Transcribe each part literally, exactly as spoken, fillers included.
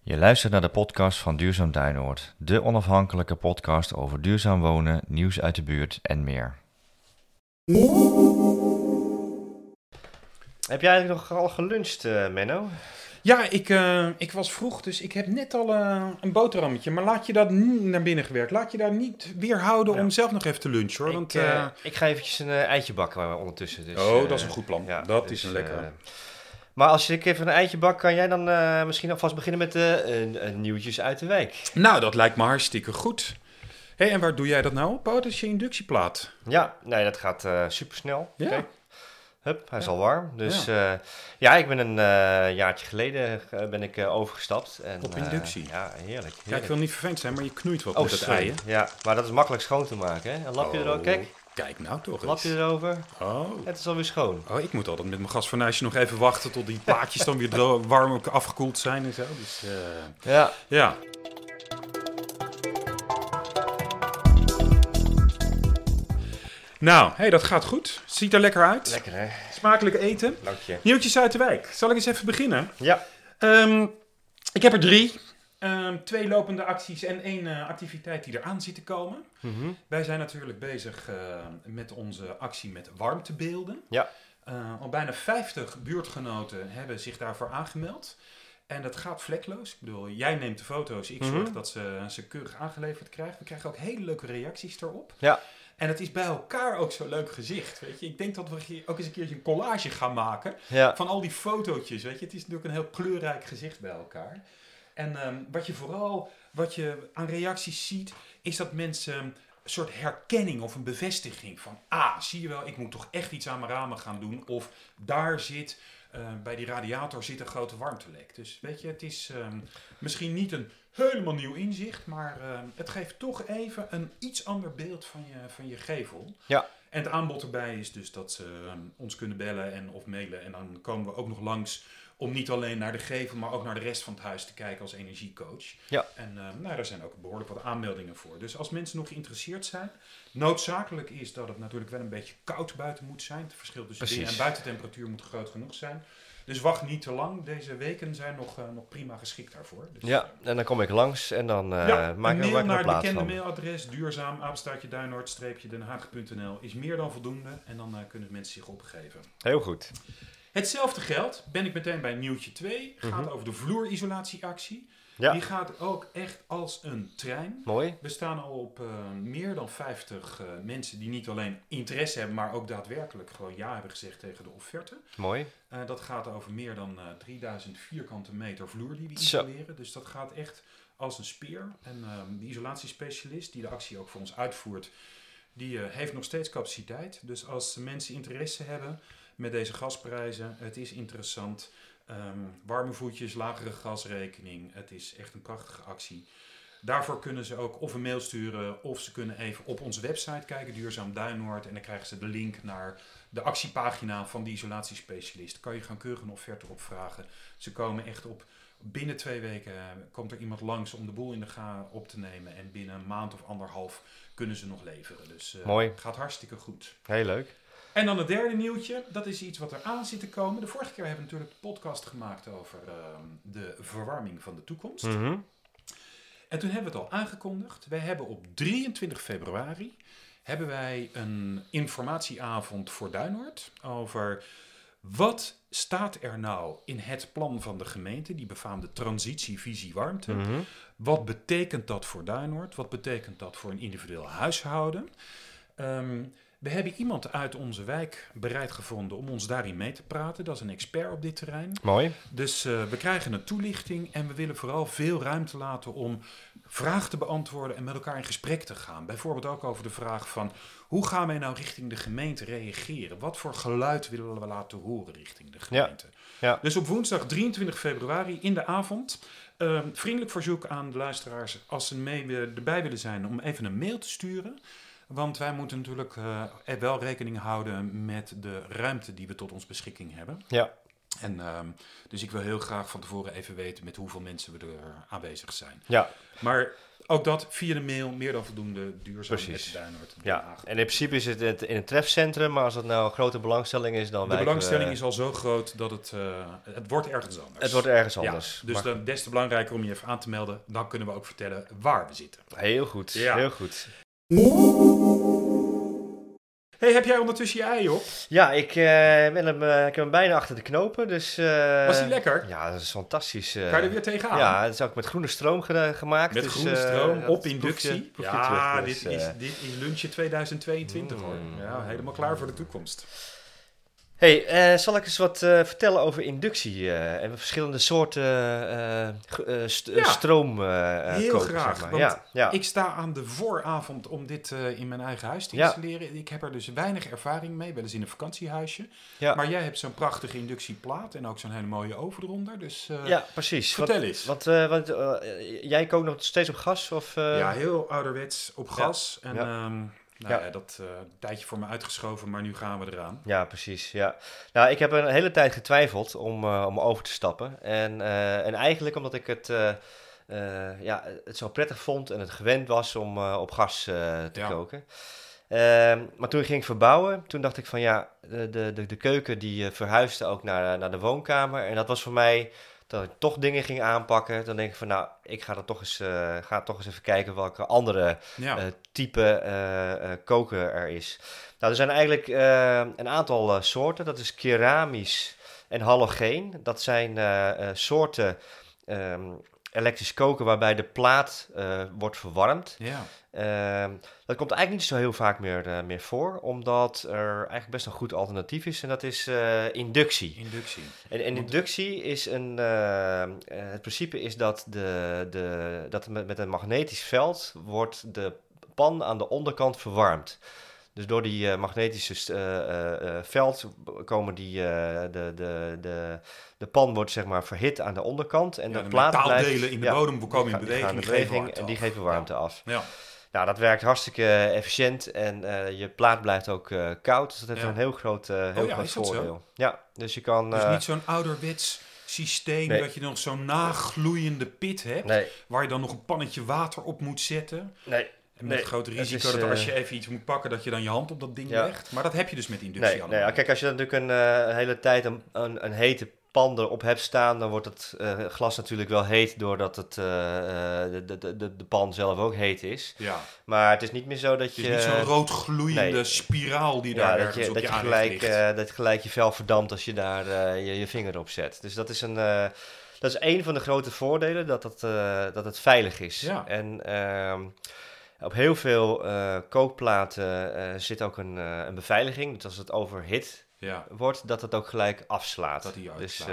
Je luistert naar de podcast van Duurzaam Duinoord, de onafhankelijke podcast over duurzaam wonen, nieuws uit de buurt en meer. Heb jij eigenlijk nog al geluncht, uh, Menno? Ja, ik, uh, ik was vroeg, dus ik heb net al uh, een boterhammetje. Maar laat je dat niet naar binnen gewerkt. Laat je daar niet weerhouden ja. om zelf nog even te lunchen, hoor. Ik, want, uh, uh, ik ga eventjes een uh, eitje bakken ondertussen. Dus, oh, uh, dat is een goed plan. Ja, dat dus, is een lekker. Uh, maar als ik even een eitje bak, kan jij dan uh, misschien alvast beginnen met de uh, uh, nieuwtjes uit de wijk? Nou, dat lijkt me hartstikke goed. Hé, hey, en waar doe jij dat nou op? Oh, dat is je inductieplaat. Ja, nee, dat gaat uh, supersnel. Ja. Kijk. Hup, hij is ja. al warm. Dus ja, uh, ja ik ben een uh, jaartje geleden uh, ben ik uh, overgestapt. En, op inductie? Uh, ja, heerlijk, heerlijk. Ja, ik wil niet vervelend zijn, maar je knoeit wat oh, met het eieren. Ja, maar dat is makkelijk schoon te maken, hè? Een lapje oh, erover, kijk. Kijk nou toch eens. Een lapje erover. Oh. Het is alweer schoon. Oh, ik moet altijd met mijn gasfornuisje nog even wachten tot die plaatjes dan weer dro- warm afgekoeld zijn en zo. Dus uh, ja. Ja. Nou, hey, dat gaat goed. Ziet er lekker uit. Lekker, hè? Smakelijk eten. Dank je. Nieuwtjes uit de wijk. Zal ik eens even beginnen? Ja. Um, ik heb er drie. Um, twee lopende acties en één uh, activiteit die eraan zit te komen. Mm-hmm. Wij zijn natuurlijk bezig uh, met onze actie met warmtebeelden. Ja. Uh, al bijna vijftig buurtgenoten hebben zich daarvoor aangemeld. En dat gaat vlekloos. Ik bedoel, jij neemt de foto's. Ik zorg mm-hmm. dat ze ze keurig aangeleverd krijgen. We krijgen ook hele leuke reacties erop. Ja. En het is bij elkaar ook zo'n leuk gezicht, weet je. Ik denk dat we ook eens een keertje een collage gaan maken ja. van al die fotootjes, weet je. Het is natuurlijk een heel kleurrijk gezicht bij elkaar. En um, wat je vooral, wat je aan reacties ziet, is dat mensen een soort herkenning of een bevestiging van, ah, zie je wel, ik moet toch echt iets aan mijn ramen gaan doen. Of daar zit, uh, bij die radiator zit een grote warmtelek. Dus weet je, het is um, misschien niet een helemaal nieuw inzicht, maar uh, het geeft toch even een iets ander beeld van je, van je gevel. Ja. En het aanbod erbij is dus dat ze um, ons kunnen bellen en of mailen. En dan komen we ook nog langs om niet alleen naar de gevel, maar ook naar de rest van het huis te kijken als energiecoach. Ja. En uh, nou, daar zijn ook behoorlijk wat aanmeldingen voor. Dus als mensen nog geïnteresseerd zijn, noodzakelijk is dat het natuurlijk wel een beetje koud buiten moet zijn. Het verschil tussen binnen- en buitentemperatuur moet groot genoeg zijn. Dus wacht niet te lang. Deze weken zijn nog, uh, nog prima geschikt daarvoor. Dus, ja, en dan kom ik langs en dan uh, ja, maak ik er een plaats van. Naar het bekende mailadres duurzaam, apenstaartje duinoord, den haag punt n l is meer dan voldoende. En dan uh, kunnen mensen zich opgeven. Heel goed. Hetzelfde geldt, ben ik meteen bij nieuwtje twee. Gaat mm-hmm. over de vloerisolatieactie. Ja. Die gaat ook echt als een trein. Mooi. We staan al op uh, meer dan vijftig uh, mensen die niet alleen interesse hebben, maar ook daadwerkelijk gewoon ja hebben gezegd tegen de offerte. Mooi. Uh, dat gaat over meer dan uh, drieduizend vierkante meter vloer die we isoleren. Zo. Dus dat gaat echt als een speer. En uh, de isolatiespecialist die de actie ook voor ons uitvoert, die uh, heeft nog steeds capaciteit. Dus als mensen interesse hebben met deze gasprijzen, het is interessant. Um, warme voetjes, lagere gasrekening. Het is echt een prachtige actie. Daarvoor kunnen ze ook of een mail sturen of ze kunnen even op onze website kijken, Duurzaam Duinoord. En dan krijgen ze de link naar de actiepagina van de isolatiespecialist. Kan je gaan keurig een offerte opvragen. Ze komen echt op, binnen twee weken komt er iemand langs om de boel in de ga op te nemen. En binnen een maand of anderhalf kunnen ze nog leveren. Dus uh, Mooi. Het gaat hartstikke goed. Heel leuk. En dan het derde nieuwtje, dat is iets wat er aan zit te komen. De vorige keer hebben we natuurlijk een podcast gemaakt over uh, de verwarming van de toekomst. Mm-hmm. En toen hebben we het al aangekondigd. Wij hebben op drieëntwintig februari hebben wij een informatieavond voor Duinoord over wat staat er nou in het plan van de gemeente, die befaamde transitievisie warmte. Mm-hmm. Wat betekent dat voor Duinoord? Wat betekent dat voor een individueel huishouden? Um, We hebben iemand uit onze wijk bereid gevonden om ons daarin mee te praten. Dat is een expert op dit terrein. Mooi. Dus uh, we krijgen een toelichting en we willen vooral veel ruimte laten om vragen te beantwoorden en met elkaar in gesprek te gaan. Bijvoorbeeld ook over de vraag van hoe gaan wij nou richting de gemeente reageren? Wat voor geluid willen we laten horen richting de gemeente? Ja. Ja. Dus op woensdag drieëntwintig februari in de avond. Uh, vriendelijk verzoek aan de luisteraars als ze mee, erbij willen zijn om even een mail te sturen. Want wij moeten natuurlijk uh, wel rekening houden met de ruimte die we tot ons beschikking hebben. Ja. En, um, dus ik wil heel graag van tevoren even weten met hoeveel mensen we er aanwezig zijn. Ja. Maar Ook dat via de mail, meer dan voldoende duurzaam. Precies. Duinoord, ja, en in principe is het in het trefcentrum, maar als het nou een grote belangstelling is, dan de belangstelling we... is al zo groot dat het, uh, het wordt ergens anders. Het wordt ergens anders. Ja, dus maar... dan des te belangrijker om je even aan te melden. Dan kunnen we ook vertellen waar we zitten. Heel goed, ja. heel goed. Hey, heb jij ondertussen je ei op? Ja, ik, uh, ben hem, uh, ik heb hem bijna achter de knopen. Dus, uh, Was die lekker? Ja, dat is fantastisch. Uh, kan je er weer tegenaan? Ja, het is ook met groene stroom ge- gemaakt. Met dus, groene stroom, uh, op inductie. Proef je, proef je ja, terug, dus, dit, is, uh, dit is lunchje tweeduizend tweeëntwintig mm, hoor. Ja, helemaal klaar voor de toekomst. Hey, uh, zal ik eens wat uh, vertellen over inductie uh, en verschillende soorten uh, uh, st- ja, stroom uh, heel koken, graag, zeg maar. want ja, ja. ik sta aan de vooravond om dit uh, in mijn eigen huis te installeren. Ja. Ik heb er dus weinig ervaring mee, wel eens in een vakantiehuisje. Ja. Maar jij hebt zo'n prachtige inductieplaat en ook zo'n hele mooie oven eronder. Dus uh, ja, precies. Vertel want, eens. Want, uh, want uh, jij kookt nog steeds op gas? Of, uh... Ja, heel ouderwets op gas. Ja. En... Ja. Um, Nou ja, ja. dat uh, een tijdje voor me uitgeschoven, maar nu gaan we eraan. Ja, precies. Ja. Nou, ik heb een hele tijd getwijfeld om, uh, om over te stappen. En, uh, en eigenlijk omdat ik het, uh, uh, ja, het zo prettig vond en het gewend was om uh, op gas uh, te ja. koken. Uh, maar toen ging ik verbouwen, toen dacht ik van ja, de, de, de, de keuken die uh, verhuisde ook naar, naar de woonkamer. En dat was voor mij... dat ik toch dingen ging aanpakken, dan denk ik van nou, ik ga er toch eens, uh, ga toch eens even kijken welke andere ja. uh, type uh, uh, koken er is. Nou, er zijn eigenlijk uh, een aantal uh, soorten, dat is keramisch en halogeen. Dat zijn uh, uh, soorten um, elektrisch koken waarbij de plaat uh, wordt verwarmd. Ja. Uh, dat komt eigenlijk niet zo heel vaak meer, uh, meer voor, omdat er eigenlijk best een goed alternatief is en dat is uh, inductie. Inductie. En, en inductie is een, uh, uh, het principe is dat, de, de, dat met, met een magnetisch veld wordt de pan aan de onderkant verwarmd. Dus door die uh, magnetische uh, uh, veld komen die, uh, de, de, de, de pan wordt zeg maar verhit aan de onderkant. En ja, de, de plaat blijft... metaaldelen in de ja, bodem komen in beweging, die, die beweging en die geven warmte ja. af. Ja. Nou, dat werkt hartstikke efficiënt en uh, je plaat blijft ook uh, koud. Dus dat heeft ja. een heel groot, uh, heel oh, ja, groot voordeel. Zo? Ja, dus je kan... Dus uh, niet zo'n ouderwets systeem nee. dat je nog zo'n nagloeiende pit hebt, nee. waar je dan nog een pannetje water op moet zetten. Nee. En met nee, groot risico is, dat als je uh, even iets moet pakken, dat je dan je hand op dat ding ja. legt. Maar dat heb je dus met inductie nee, allemaal. Nee, kijk, als je natuurlijk een uh, hele tijd een, een, een hete pan erop hebt staan, dan wordt het uh, glas natuurlijk wel heet doordat het, uh, de, de, de, de pan zelf ook heet is. Ja. Maar het is niet meer zo dat je... Het is niet zo'n rood gloeiende nee. spiraal die daar ja, ergens dat je, op dat je je aanrecht gelijk, ligt. Uh, dat gelijk je vel verdampt als je daar uh, je, je vinger op zet. Dus dat is een... Uh, dat is een van de grote voordelen, dat het, uh, dat het veilig is. Ja. En... Uh, op heel veel uh, kookplaten uh, zit ook een, uh, een beveiliging. Dus als het overhit ja. wordt, dat het ook gelijk afslaat. Dat hij dus,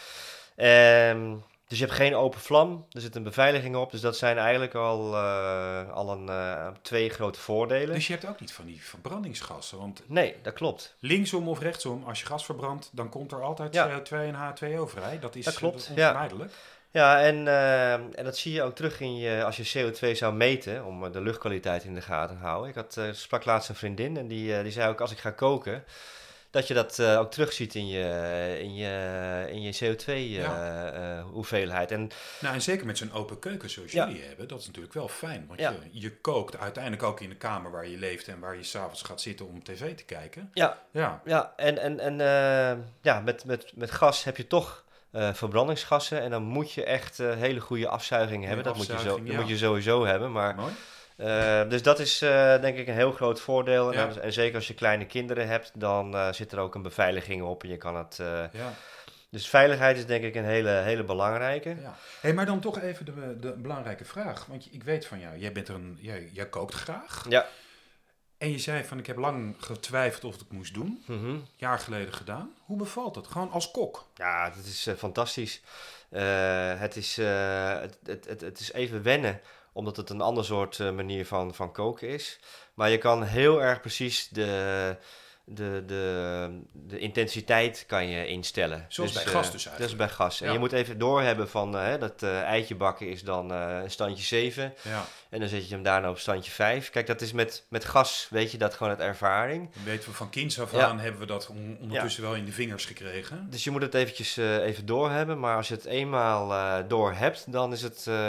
uh, um, dus je hebt geen open vlam, er zit een beveiliging op. Dus dat zijn eigenlijk al, uh, al een, uh, twee grote voordelen. Dus je hebt ook niet van die verbrandingsgassen? Want nee, dat klopt. Linksom of rechtsom, als je gas verbrandt, dan komt er altijd ja. C O twee en H twee O vrij. Dat is, dat klopt, dat is onvermijdelijk. Ja. Ja, en, uh, en dat zie je ook terug in je, als je C O twee zou meten, om de luchtkwaliteit in de gaten te houden. Ik had, uh, sprak laatst een vriendin en die, uh, die zei ook, als ik ga koken, dat je dat uh, ook terugziet in je, in je, in je C O twee uh, ja. uh, hoeveelheid. En, nou, en zeker met zo'n open keuken zoals ja. jullie hebben, dat is natuurlijk wel fijn. Want ja. je, je kookt uiteindelijk ook in de kamer waar je leeft en waar je s'avonds gaat zitten om tv te kijken. Ja, ja. ja. en, en, en uh, ja, met, met, met gas heb je toch... Uh, verbrandingsgassen en dan moet je echt uh, hele goede afzuiging hebben. Dat, moet je, zo, ja. dat moet je sowieso hebben. Maar, Mooi. Uh, dus dat is uh, denk ik een heel groot voordeel. Ja. En, en zeker als je kleine kinderen hebt, dan uh, zit er ook een beveiliging op en je kan het... Uh, ja. Dus veiligheid is denk ik een hele, hele belangrijke. Ja. Hey, maar dan toch even de, de belangrijke vraag. Want ik weet van jou, jij, bent er een, jij, jij kookt graag. Ja. En je zei van, ik heb lang getwijfeld of ik het moest doen. Mm-hmm. Jaar geleden gedaan. Hoe bevalt het? Gewoon als kok? Ja, dat is uh, fantastisch. Uh, het, is, uh, het, het, het, het is even wennen, omdat het een ander soort uh, manier van, van koken is. Maar je kan heel erg precies de... De, de, de intensiteit kan je instellen. Zoals dus, bij gas uh, dus eigenlijk. Dat is bij gas. Ja. En je moet even doorhebben van uh, dat uh, eitje bakken is dan uh, een standje zeven. Ja. En dan zet je hem daarna op standje vijf. Kijk, dat is met, met gas, weet je dat gewoon uit ervaring. Dan weten we van kinds af Ja. aan, hebben we dat on- ondertussen ja. wel in de vingers gekregen. Dus je moet het eventjes uh, even doorhebben. Maar als je het eenmaal uh, door hebt, dan is het uh,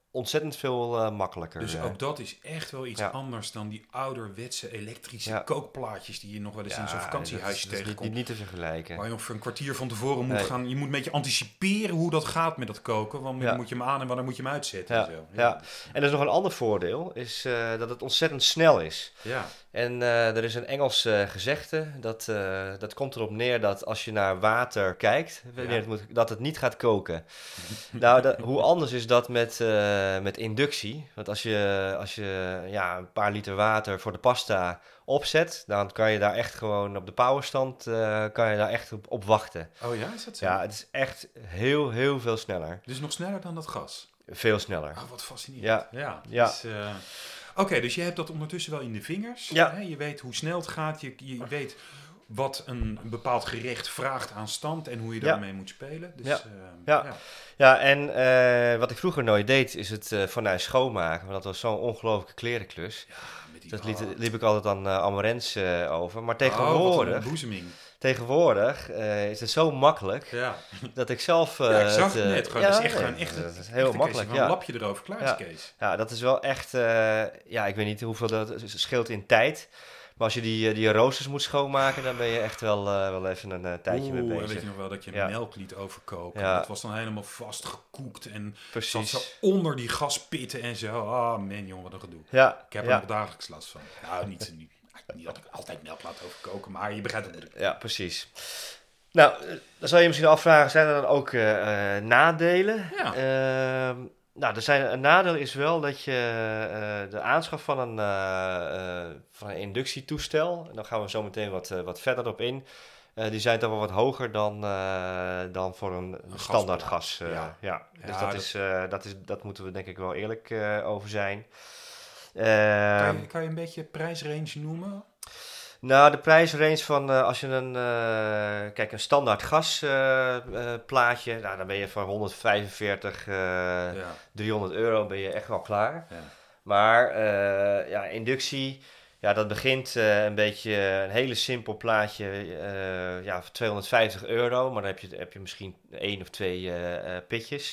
ontzettend veel uh, makkelijker. Dus uh. ook dat is echt wel iets ja. anders dan die ouderwetse elektrische ja. kookplaatjes die je nog wel eens ja, in zo'n vakantiehuisje dat is, tegenkomt. Dat is niet, niet te vergelijken. Waar je nog voor een kwartier van tevoren moet nee. gaan. Je moet een beetje anticiperen hoe dat gaat met dat koken. Want ja. moet je hem aan en wanneer moet je hem uitzetten. Ja. En, zo. Ja. Ja. En er is nog een ander voordeel. Is uh, dat het ontzettend snel is. Ja. En uh, er is een Engels uh, gezegde. Dat, uh, dat komt erop neer dat als je naar water kijkt. Ja. Het moet, dat het niet gaat koken. nou, dat, hoe anders is dat met, uh, met inductie? Want als je, als je ja, een paar liter water voor de pasta opzet, dan kan je daar echt gewoon op de powerstand uh, kan je daar echt op, op wachten. Oh ja, is dat zo? Ja, het is echt heel, heel veel sneller. Dus nog sneller dan dat gas? Veel sneller. Oh, wat fascinerend. Ja. ja, ja. Dus, uh, Oké, okay, dus je hebt dat ondertussen wel in de vingers. Ja. Hè? Je weet hoe snel het gaat. Je, je weet wat een, een bepaald gerecht vraagt aan stand en hoe je daarmee ja. moet spelen. Dus, ja. Uh, ja. ja. ja, en uh, wat ik vroeger nooit deed, is het uh, fornuis schoonmaken. Want dat was zo'n ongelooflijke klerenkklus. Ja, met die dat liet, liep ik altijd aan uh, Amarens uh, over. Maar tegenwoordig... Oh, Tegenwoordig uh, is het zo makkelijk ja. dat ik zelf... Uh, ja, ik zag het uh, net. Gewoon, ja, dat is echt nee, gewoon echt, dat is heel makkelijk. Van ja. een lapje erover, klaar is ja. Kees. Ja, dat is wel echt... Uh, ja, ik weet niet hoeveel dat scheelt in tijd. Maar als je die, die roosters moet schoonmaken, dan ben je echt wel, uh, wel even een uh, tijdje Oeh, mee bezig. En weet je nog wel dat je ja. melk liet overkoken. Ja. Dat was dan helemaal vastgekoekt en Precies. zat zo onder die gaspitten en zo. Ah, oh, man, jongen, wat een gedoe. Ja. Ik heb ja. er nog dagelijks last van. Nou, niet, niet, niet dat ik altijd melk laat overkoken, maar je begrijpt het. Ja, precies. Nou, dan zou je misschien afvragen, zijn er dan ook uh, uh, nadelen? Ja. Uh, nou, er zijn, een nadeel is wel dat je uh, de aanschaf van een, uh, uh, van een inductietoestel, en dan gaan we zo meteen wat, uh, wat verder op in, uh, die zijn toch wel wat hoger dan, uh, dan voor een, een standaard gas. Uh, ja. Ja. Dus ja, dat, dat, is, uh, dat, is, dat moeten we denk ik wel eerlijk uh, over zijn. Uh, kan, je, kan je een beetje prijsrange noemen? Nou, de prijsrange van uh, als je een, uh, kijk, een standaard gasplaatje, uh, uh, nou, dan ben je van honderdvijfenveertig, uh, ja. driehonderd euro ben je echt wel klaar. Ja. Maar uh, ja, inductie, ja, dat begint uh, een beetje een hele simpel plaatje, uh, ja, voor tweehonderdvijftig euro, maar dan heb je, heb je misschien één of twee uh, uh, pitjes.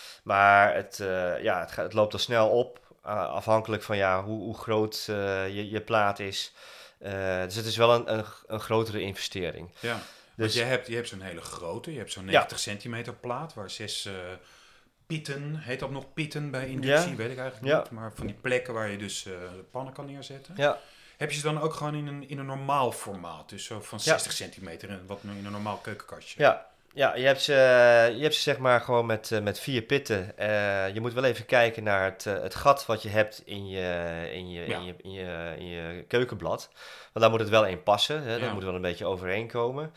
Maar het, uh, ja, het, gaat, het loopt al snel op, uh, afhankelijk van ja, hoe, hoe groot uh, je, je plaat is. Uh, dus het is wel een, een, een grotere investering. Ja, dus je hebt, je hebt zo'n hele grote, je hebt zo'n negentig ja. centimeter plaat waar zes uh, pitten, heet dat nog pitten bij inductie, ja. weet ik eigenlijk ja. niet. Maar van die plekken waar je dus uh, de pannen kan neerzetten. Ja. Heb je ze dan ook gewoon in een, in een normaal formaat, dus zo van zestig ja. centimeter en wat in een normaal keukenkastje? Ja. Ja, je hebt ze, je hebt ze zeg maar gewoon met, uh, met vier pitten. Uh, je moet wel even kijken naar het, uh, het gat wat je hebt in je, in, je, ja. in, je, in, je, in je keukenblad. Want daar moet het wel in passen. Hè? Ja. Dat moet wel een beetje overeen komen.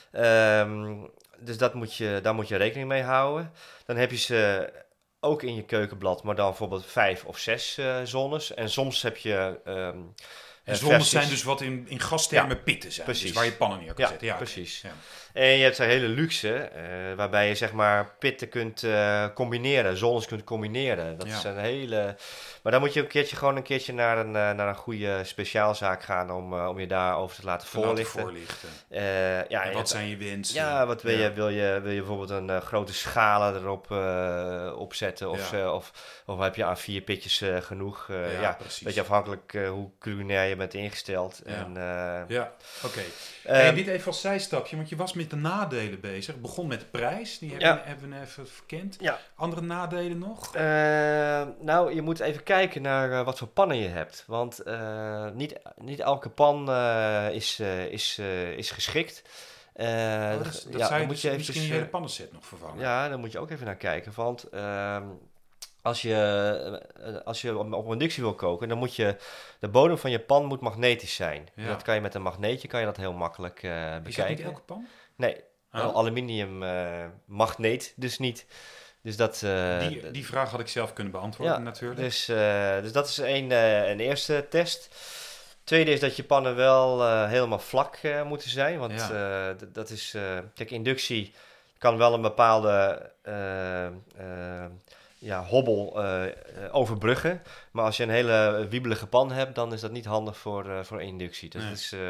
Um, dus dat moet je, daar moet je rekening mee houden. Dan heb je ze ook in je keukenblad, maar dan bijvoorbeeld vijf of zes uh, zones. En soms heb je... Um, En zones zijn dus wat in, in gastermen ja, pitten zijn, precies. Dus waar je pannen neer kan ja, zetten. Ja, precies. Ja. En je hebt een hele luxe, uh, waarbij je zeg maar pitten kunt uh, combineren, zones kunt combineren. Dat ja. is een hele... Maar dan moet je een keertje gewoon een keertje naar een, uh, naar een goede speciaalzaak gaan om, uh, om je daarover te laten voorlichten. Te voorlichten. Uh, ja, en wat zijn je wensen? Ja, wat wil, ja. Je, wil, je, wil je bijvoorbeeld een uh, grote schalen erop uh, opzetten of, ja. uh, of, of heb je aan vier pitjes uh, genoeg? Uh, ja, ja precies. Beetje afhankelijk uh, hoe culinair je bent ingesteld. Ja, en, uh, ja. oké. Okay. Hey, um, dit even als zijstapje, want je was met de nadelen bezig. Het begon met de prijs, die hebben, ja. hebben we even verkend. Ja. Andere nadelen nog? Uh, nou, je moet even kijken naar uh, wat voor pannen je hebt. Want uh, niet, niet elke pan uh, is, uh, is, uh, is geschikt. Uh, oh, dat is, dat ja, zou je, dus, je misschien even, je hele pannenset nog vervangen. Ja, daar moet je ook even naar kijken. Want uh, als je, uh, als je op, op een inductie wil koken, dan moet je... De bodem van je pan moet magnetisch zijn. Ja. Dat kan je met een magneetje kan je dat heel makkelijk uh, bekijken. Is dat niet elke pan? Nee, oh. aluminium uh, magneet dus niet. Dus dat, uh, die, die vraag had ik zelf kunnen beantwoorden ja, natuurlijk. Dus, uh, dus dat is een, uh, een eerste test. Tweede is dat je pannen wel uh, helemaal vlak uh, moeten zijn. Want ja. uh, d- dat is... Uh, kijk, inductie kan wel een bepaalde uh, uh, ja, hobbel uh, overbruggen. Maar als je een hele wiebelige pan hebt, dan is dat niet handig voor, uh, voor inductie. Dus nee. is,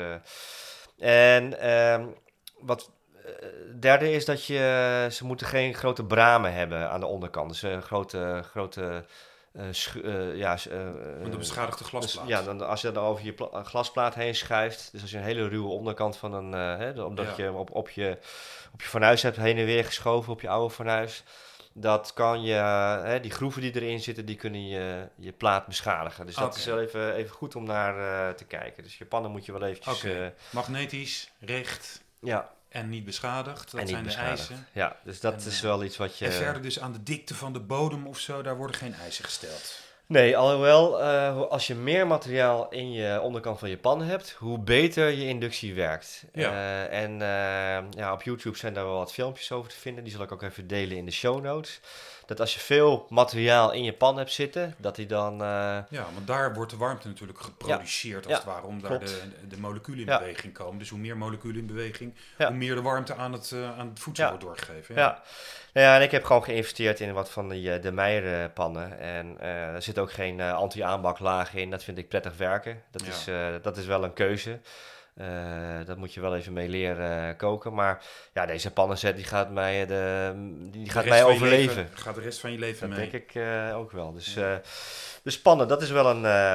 uh, en uh, wat... Het derde is dat je, ze moeten geen grote bramen hebben aan de onderkant. Dus uh, grote, grote Uh, schu- uh, ja, uh, Met een beschadigde glasplaat. Dus, ja, dan, als je dan over je pla- glasplaat heen schuift, dus als je een hele ruwe onderkant van een, uh, hè, omdat ja. je op, op je op je fornuis hebt heen en weer geschoven op je oude fornuis, dat kan je, uh, hè, die groeven die erin zitten, die kunnen je, je plaat beschadigen. Dus dat okay. is wel even, even goed om naar uh, te kijken. Dus je pannen moet je wel eventjes... Okay. Uh, Magnetisch, recht. Ja. En niet beschadigd, dat en zijn niet de beschadigd. eisen. Ja, dus dat en, is wel iets wat je... En verder dus aan de dikte van de bodem of zo, daar worden geen eisen gesteld. Nee, alhoewel, uh, als je meer materiaal in je onderkant van je pan hebt, hoe beter je inductie werkt. Ja. Uh, en uh, ja, op YouTube zijn daar wel wat filmpjes over te vinden. Die zal ik ook even delen in de show notes. Dat als je veel materiaal in je pan hebt zitten, dat die dan... Uh... Ja, want daar wordt de warmte natuurlijk geproduceerd, ja. als ja, het ware, om daar de, de moleculen in ja. beweging komen. Dus hoe meer moleculen in beweging, ja. hoe meer de warmte aan het, uh, aan het voedsel ja. wordt doorgegeven. Ja. Ja. Nou ja, en ik heb gewoon geïnvesteerd in wat van die, uh, de Meijer pannen. En uh, er zit ook geen uh, anti-aanbaklaag in. Dat vind ik prettig werken. Dat, ja. is, uh, dat is wel een keuze. Uh, dat moet je wel even mee leren uh, koken. Maar ja, deze pannenset die gaat mij, de, die gaat de mij overleven. Leven, gaat de rest van je leven dat mee. Dat denk ik uh, ook wel. Dus, ja. uh, dus pannen, dat is wel een, uh,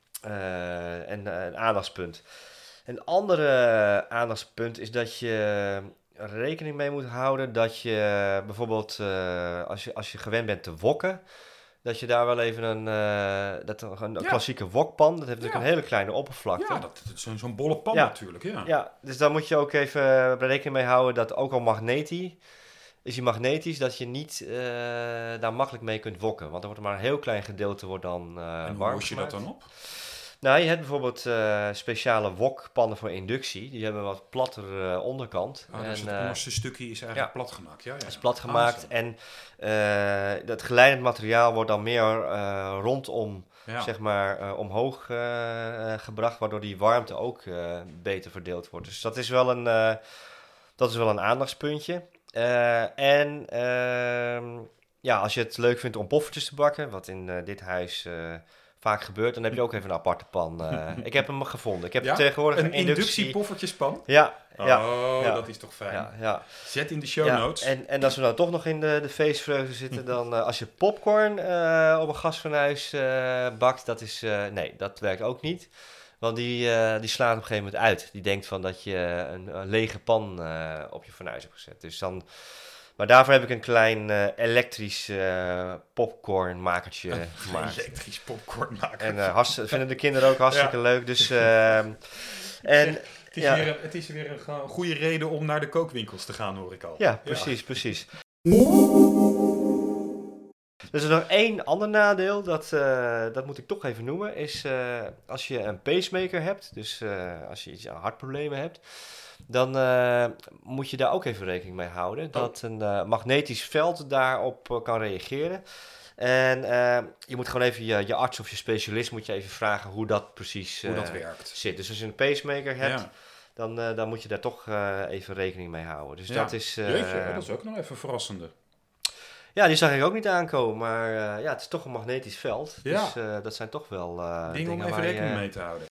uh, een, een aandachtspunt. Een andere aandachtspunt is dat je rekening mee moet houden dat je bijvoorbeeld uh, als je, als je gewend bent te wokken, dat je daar wel even een, uh, dat een, een ja. klassieke wokpan, dat heeft natuurlijk ja. een hele kleine oppervlakte. Ja, dat, dat is zo'n, zo'n bolle pan ja. natuurlijk. Ja. ja, dus daar moet je ook even rekening mee houden dat ook al magnetisch, is die magnetisch, dat je niet uh, daar makkelijk mee kunt wokken. Want er wordt maar een heel klein gedeelte wordt dan uh, en hoe warm los je dat dan op? Nou, je hebt bijvoorbeeld uh, speciale wokpannen voor inductie. Die hebben een wat plattere uh, onderkant. Ah, dus en, het onderste uh, stukje is eigenlijk ja, plat gemaakt. Ja, ja, ja. Het is plat gemaakt. Ah, en uh, dat geleidend materiaal wordt dan meer uh, rondom, ja. zeg maar, uh, omhoog uh, uh, gebracht. Waardoor die warmte ook uh, beter verdeeld wordt. Dus dat is wel een, uh, dat is wel een aandachtspuntje. Uh, en uh, ja, als je het leuk vindt om poffertjes te bakken, wat in uh, dit huis... Uh, vaak gebeurt, dan heb je ook even een aparte pan. Uh, ik heb hem gevonden. Ik heb ja? tegenwoordig een een inductie... inductiepoffertjespan? Ja. ja oh, ja. dat is toch fijn. Ja, ja. Zet in de show ja, notes. En, en als we nou toch nog in de, de feestvreugde zitten, dan uh, als je popcorn uh, op een gasfornuis uh, bakt, dat is... Uh, nee, dat werkt ook niet. Want die, uh, die slaat op een gegeven moment uit. Die denkt van dat je een, een lege pan uh, op je fornuis hebt gezet. Dus dan... Maar daarvoor heb ik een klein uh, elektrisch uh, popcornmakertje een gemaakt. Elektrisch popcornmakertje. En uh, hartst- vinden de kinderen ook hartstikke ja. leuk. Dus, uh, en, het, is ja. weer een, het is weer een, een goede reden om naar de kookwinkels te gaan, hoor ik al. Ja, precies, ja. precies. Er is nog één ander nadeel, dat, uh, dat moet ik toch even noemen, is uh, als je een pacemaker hebt, dus uh, als je iets aan hartproblemen hebt, dan uh, moet je daar ook even rekening mee houden. Oh. Dat een uh, magnetisch veld daarop uh, kan reageren. En uh, je moet gewoon even je, je arts of je specialist moet je even vragen hoe dat precies uh, hoe dat werkt. zit. Dus als je een pacemaker hebt, ja. dan, uh, dan moet je daar toch uh, even rekening mee houden. Dus ja. dat is... Uh, Jeetje, dat is ook nog even verrassende. Ja, die zag ik ook niet aankomen, maar uh, ja, het is toch een magnetisch veld. Ja. Dus uh, dat zijn toch wel uh, dingen om even waar rekening je, mee te houden.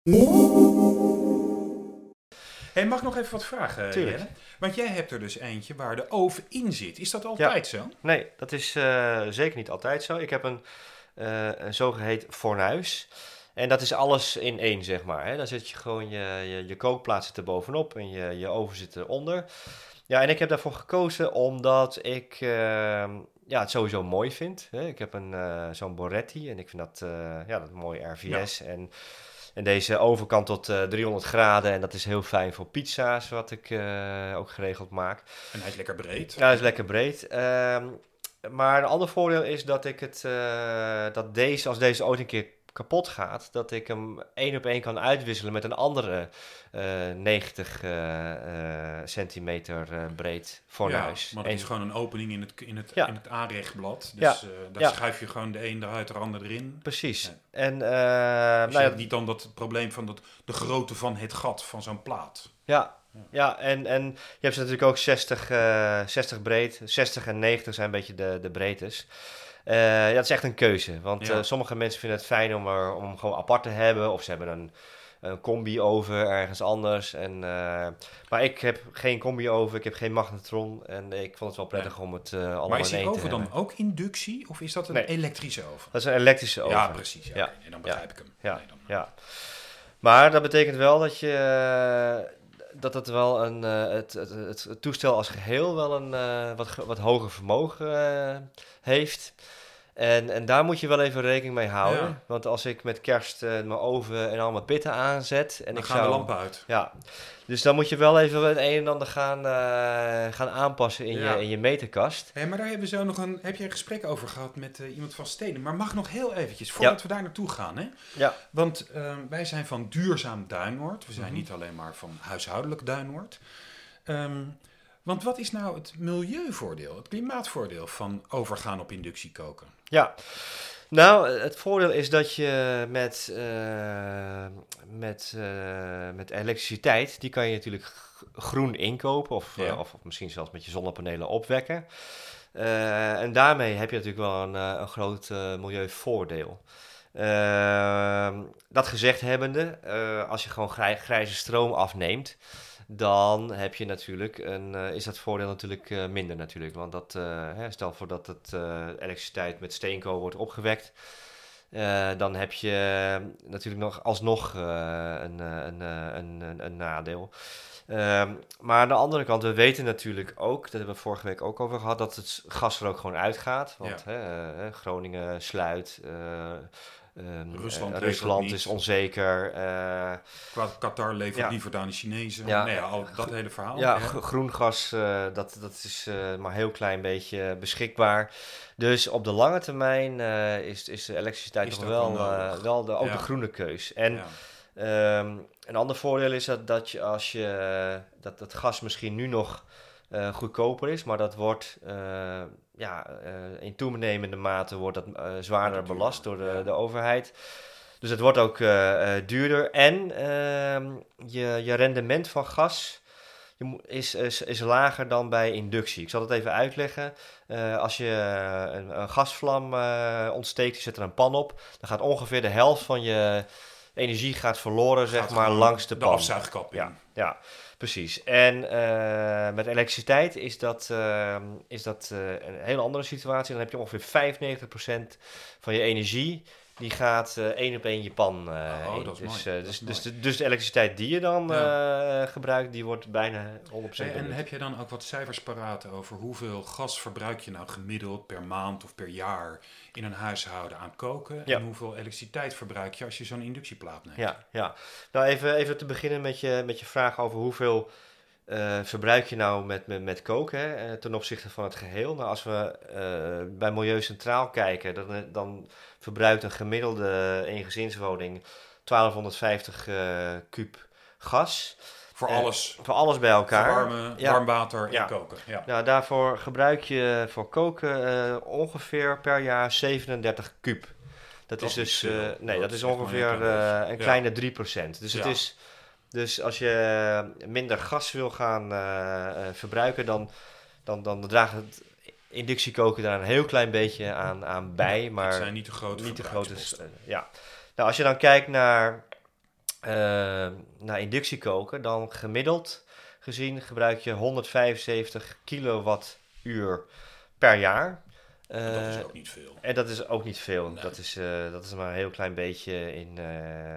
Hey, mag ik nog even wat vragen, Tuurlijk. Jelle? Want jij hebt er dus eentje waar de oven in zit. Is dat altijd ja. zo? Nee, dat is uh, zeker niet altijd zo. Ik heb een, uh, een zogeheten fornuis. En dat is alles in één, zeg maar. Hè. Dan zit je gewoon je, je, je kookplaat zit er bovenop en je, je oven zit eronder. Ja, en ik heb daarvoor gekozen omdat ik uh, ja, het sowieso mooi vind. Hè. Ik heb een, uh, zo'n Boretti en ik vind dat, uh, ja, dat mooi R V S. Ja. En, en deze oven kan tot uh, driehonderd graden en dat is heel fijn voor pizza's, wat ik uh, ook geregeld maak. En hij is lekker breed. Ja, hij is lekker breed. Uh, maar een ander voordeel is dat ik het, uh, dat deze, als deze ooit een keer kapot gaat, dat ik hem één op één kan uitwisselen met een andere uh, negentig uh, uh, centimeter uh, breed fornuis. Ja, maar het is gewoon een opening in het, in het, ja. in het aanrechtblad. Dus ja. uh, daar ja. schuif je gewoon de een eruit, de ander erin. Precies. Ja. En, uh, dus nou je ja, hebt niet dan dat probleem van dat, de grootte van het gat van zo'n plaat. Ja, ja. ja en, en je hebt ze natuurlijk ook zestig, uh, zestig breed. zestig en negentig zijn een beetje de, de breedtes. Uh, ja, dat is echt een keuze. Want ja. uh, sommige mensen vinden het fijn om, er, om hem gewoon apart te hebben. Of ze hebben een, een combi-oven ergens anders. En, uh, maar ik heb geen combi-oven, ik heb geen magnetron. En ik vond het wel prettig nee. om het uh, allemaal maar is in één die te oven hebben. dan ook inductie of is dat een nee. elektrische oven? Dat is een elektrische oven. Ja, precies. Ja, ja. Okay, nee, dan begrijp ja. ik hem. Ja. Nee, dan... ja. Maar dat betekent wel dat je... Uh, dat het wel een... Uh, het, het, het, het toestel als geheel wel een uh, wat, wat hoger vermogen uh, heeft... En, en daar moet je wel even rekening mee houden. Ja. Want als ik met kerst uh, mijn oven en al mijn pitten aanzet... En dan ik gaan zou, de lampen uit. Ja, dus dan moet je wel even het een en ander gaan, uh, gaan aanpassen in, ja. je, in je meterkast. Hey, maar daar hebben we zo nog een, heb je een gesprek over gehad met uh, iemand van Steden. Maar mag nog heel eventjes, voordat ja. we daar naartoe gaan. Hè? Ja. Want uh, wij zijn van Duurzaam Duinoord. We zijn mm-hmm. niet alleen maar van huishoudelijk Duinoord. Um, Want wat is nou het milieuvoordeel, het klimaatvoordeel van overgaan op inductiekoken? Ja, nou, het voordeel is dat je met, uh, met, uh, met elektriciteit, die kan je natuurlijk groen inkopen of, ja. uh, of, of misschien zelfs met je zonnepanelen opwekken. Uh, en daarmee heb je natuurlijk wel een, uh, een groot uh, milieuvoordeel. Uh, dat gezegd hebbende, uh, als je gewoon grij- grijze stroom afneemt, dan heb je natuurlijk een, uh, is dat voordeel natuurlijk uh, minder natuurlijk. Want dat, uh, hè, stel voor dat het uh, elektriciteit met steenkool wordt opgewekt, uh, dan heb je natuurlijk nog alsnog uh, een, een, een, een, een nadeel. Uh, maar aan de andere kant, we weten natuurlijk ook, dat hebben we vorige week ook over gehad, dat het gas er ook gewoon uitgaat. Want ja. hè, uh, Groningen sluit... Uh, Um, Rusland, uh, Rusland is onzeker. Uh, Qatar levert ja. liever aan de Chinezen. Ja, nee, al dat hele verhaal. Ja, g- groen gas, uh, dat, dat is uh, maar een heel klein beetje beschikbaar. Dus op de lange termijn uh, is, is de elektriciteit is toch wel, uh, wel de, ook ja. de groene keus. En ja. um, een ander voordeel is dat, dat je als je dat het gas misschien nu nog uh, goedkoper is, maar dat wordt uh, ja, uh, in toenemende mate wordt dat uh, zwaarder belast door de, ja. de overheid. Dus het wordt ook uh, uh, duurder. En uh, je, je rendement van gas je mo- is, is, is lager dan bij inductie. Ik zal het even uitleggen. Uh, als je uh, een, een gasvlam uh, ontsteekt, je zet er een pan op, dan gaat ongeveer de helft van je energie gaat verloren, gaat zeg maar, langs de, de pan. De afzuigkap in. Ja, ja, precies. En uh, met elektriciteit is dat, uh, is dat uh, een hele andere situatie. Dan heb je ongeveer vijfennegentig procent van je energie, die gaat uh, één op één je pan uh, oh, in. Dat is dus, mooi. Uh, dus, dat dus, is de, dus de elektriciteit die je dan ja. uh, gebruikt, die wordt bijna honderd procent. Hey, en heb je dan ook wat cijfers paraat over hoeveel gas verbruik je nou gemiddeld per maand of per jaar in een huishouden aan koken? Ja. En hoeveel elektriciteit verbruik je als je zo'n inductieplaat neemt? Ja, ja. Nou even, even te beginnen met je, met je vraag over hoeveel uh, verbruik je nou met, met, met koken hè, ten opzichte van het geheel. Nou, als we uh, bij Milieu Centraal kijken, dan, dan verbruikt een gemiddelde eengezinswoning twaalfhonderdvijftig uh, kuub gas. Voor uh, alles? Voor alles bij elkaar. Verwarmen, ja. warm water en ja. koken. Ja. Nou, daarvoor gebruik je voor koken uh, ongeveer per jaar zevenendertig kuub. Dat, dat is dus, uh, nee, dat, dat is ongeveer uh, een kleine ja. drie procent. Dus ja. het is, dus als je minder gas wil gaan uh, uh, verbruiken, dan, dan, dan draagt het inductiekoken daar een heel klein beetje aan, aan bij. Maar het zijn niet te grote niet te grote, uh, ja. Nou, als je dan kijkt naar, uh, naar inductiekoken, dan gemiddeld gezien gebruik je honderdvijfenzeventig kilowattuur per jaar. Uh, dat is ook niet veel. En dat is ook niet veel. Nee. Dat, is, uh, dat is maar een heel klein beetje in... Uh,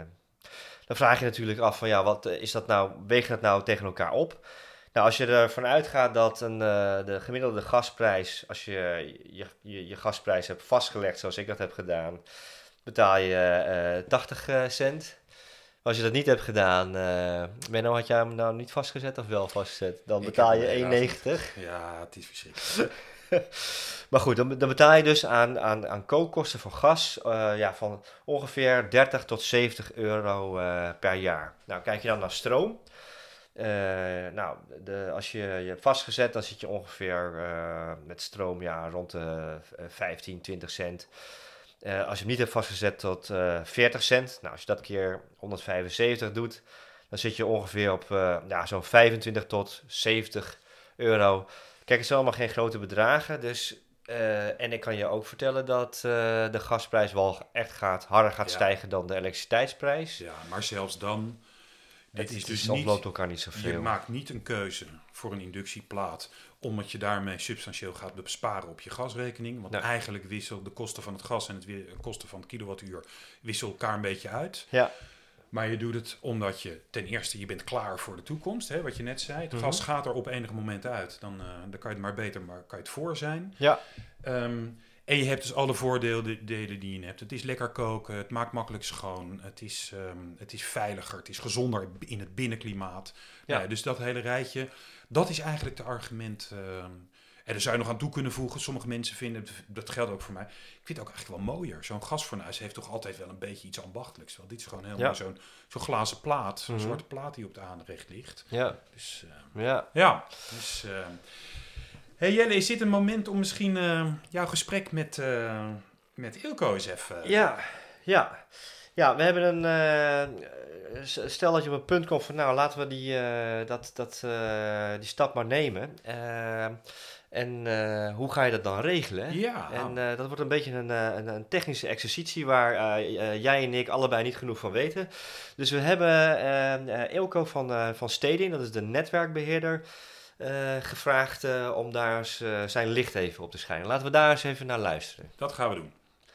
dan vraag je natuurlijk af van ja, wat is dat nou, weegt dat nou tegen elkaar op? Nou, als je ervan uitgaat dat een, uh, de gemiddelde gasprijs, als je je, je je gasprijs hebt vastgelegd zoals ik dat heb gedaan, betaal je uh, tachtig cent. Maar als je dat niet hebt gedaan, uh, Menno, had jij hem nou niet vastgezet of wel vastgezet? Dan ik betaal je één negentig. Ja, het is verschrikkelijk. Maar goed, dan, dan betaal je dus aan, aan, aan kookkosten voor gas uh, ja, van ongeveer dertig tot zeventig euro uh, per jaar. Nou, kijk je dan naar stroom. Uh, nou, de, als je je hebt vastgezet, dan zit je ongeveer uh, met stroom ja, rond de uh, vijftien, twintig cent. Uh, als je hem niet hebt vastgezet tot uh, veertig cent, nou, als je dat keer honderdvijfenzeventig doet, dan zit je ongeveer op uh, ja, zo'n vijfentwintig tot zeventig euro. Kijk, het zijn allemaal geen grote bedragen, dus Uh, en ik kan je ook vertellen dat uh, de gasprijs wel echt gaat, harder gaat ja. stijgen dan de elektriciteitsprijs. Ja, maar zelfs dan... Dit het is dus niet, niet, elkaar niet zoveel. Je maakt niet een keuze voor een inductieplaat omdat je daarmee substantieel gaat besparen op je gasrekening. Want nee. eigenlijk wisselen de kosten van het gas en het de kosten van het kilowattuur wisselen elkaar een beetje uit. Ja. Maar je doet het omdat je ten eerste, je bent klaar voor de toekomst. Hè, wat je net zei. Het mm-hmm. gas gaat er op enig moment uit. Dan, uh, dan kan je het maar beter, maar kan je het voor zijn. Ja. Um, En je hebt dus alle voordelen die je hebt. Het is lekker koken, het maakt makkelijk schoon, het is, um, het is veiliger, het is gezonder in het binnenklimaat. Ja. Ja, dus dat hele rijtje, dat is eigenlijk de argument. Um, en daar zou je nog aan toe kunnen voegen. Sommige mensen vinden, dat geldt ook voor mij, ik vind het ook eigenlijk wel mooier. Zo'n gasfornuis heeft toch altijd wel een beetje iets ambachtelijks. Want dit is gewoon helemaal ja. zo'n, zo'n glazen plaat, zo'n mm-hmm. zwarte plaat die op de aanrecht ligt. Ja. Dus uh, ja. ja, dus... Uh, Hey Jelle, is dit een moment om misschien uh, jouw gesprek met, uh, met Eelco eens even... Uh... Ja, ja. Ja, we hebben een... Uh, stel dat je op een punt komt van, nou, laten we die, uh, dat, dat, uh, die stap maar nemen. Uh, en uh, hoe ga je dat dan regelen? Ja. En uh, dat wordt een beetje een, een, een technische exercitie waar uh, uh, jij en ik allebei niet genoeg van weten. Dus we hebben uh, Eelco van, uh, van Stedin, dat is de netwerkbeheerder... Uh, gevraagd uh, om daar eens, uh, zijn licht even op te schijnen. Laten we daar eens even naar luisteren. Dat gaan we doen.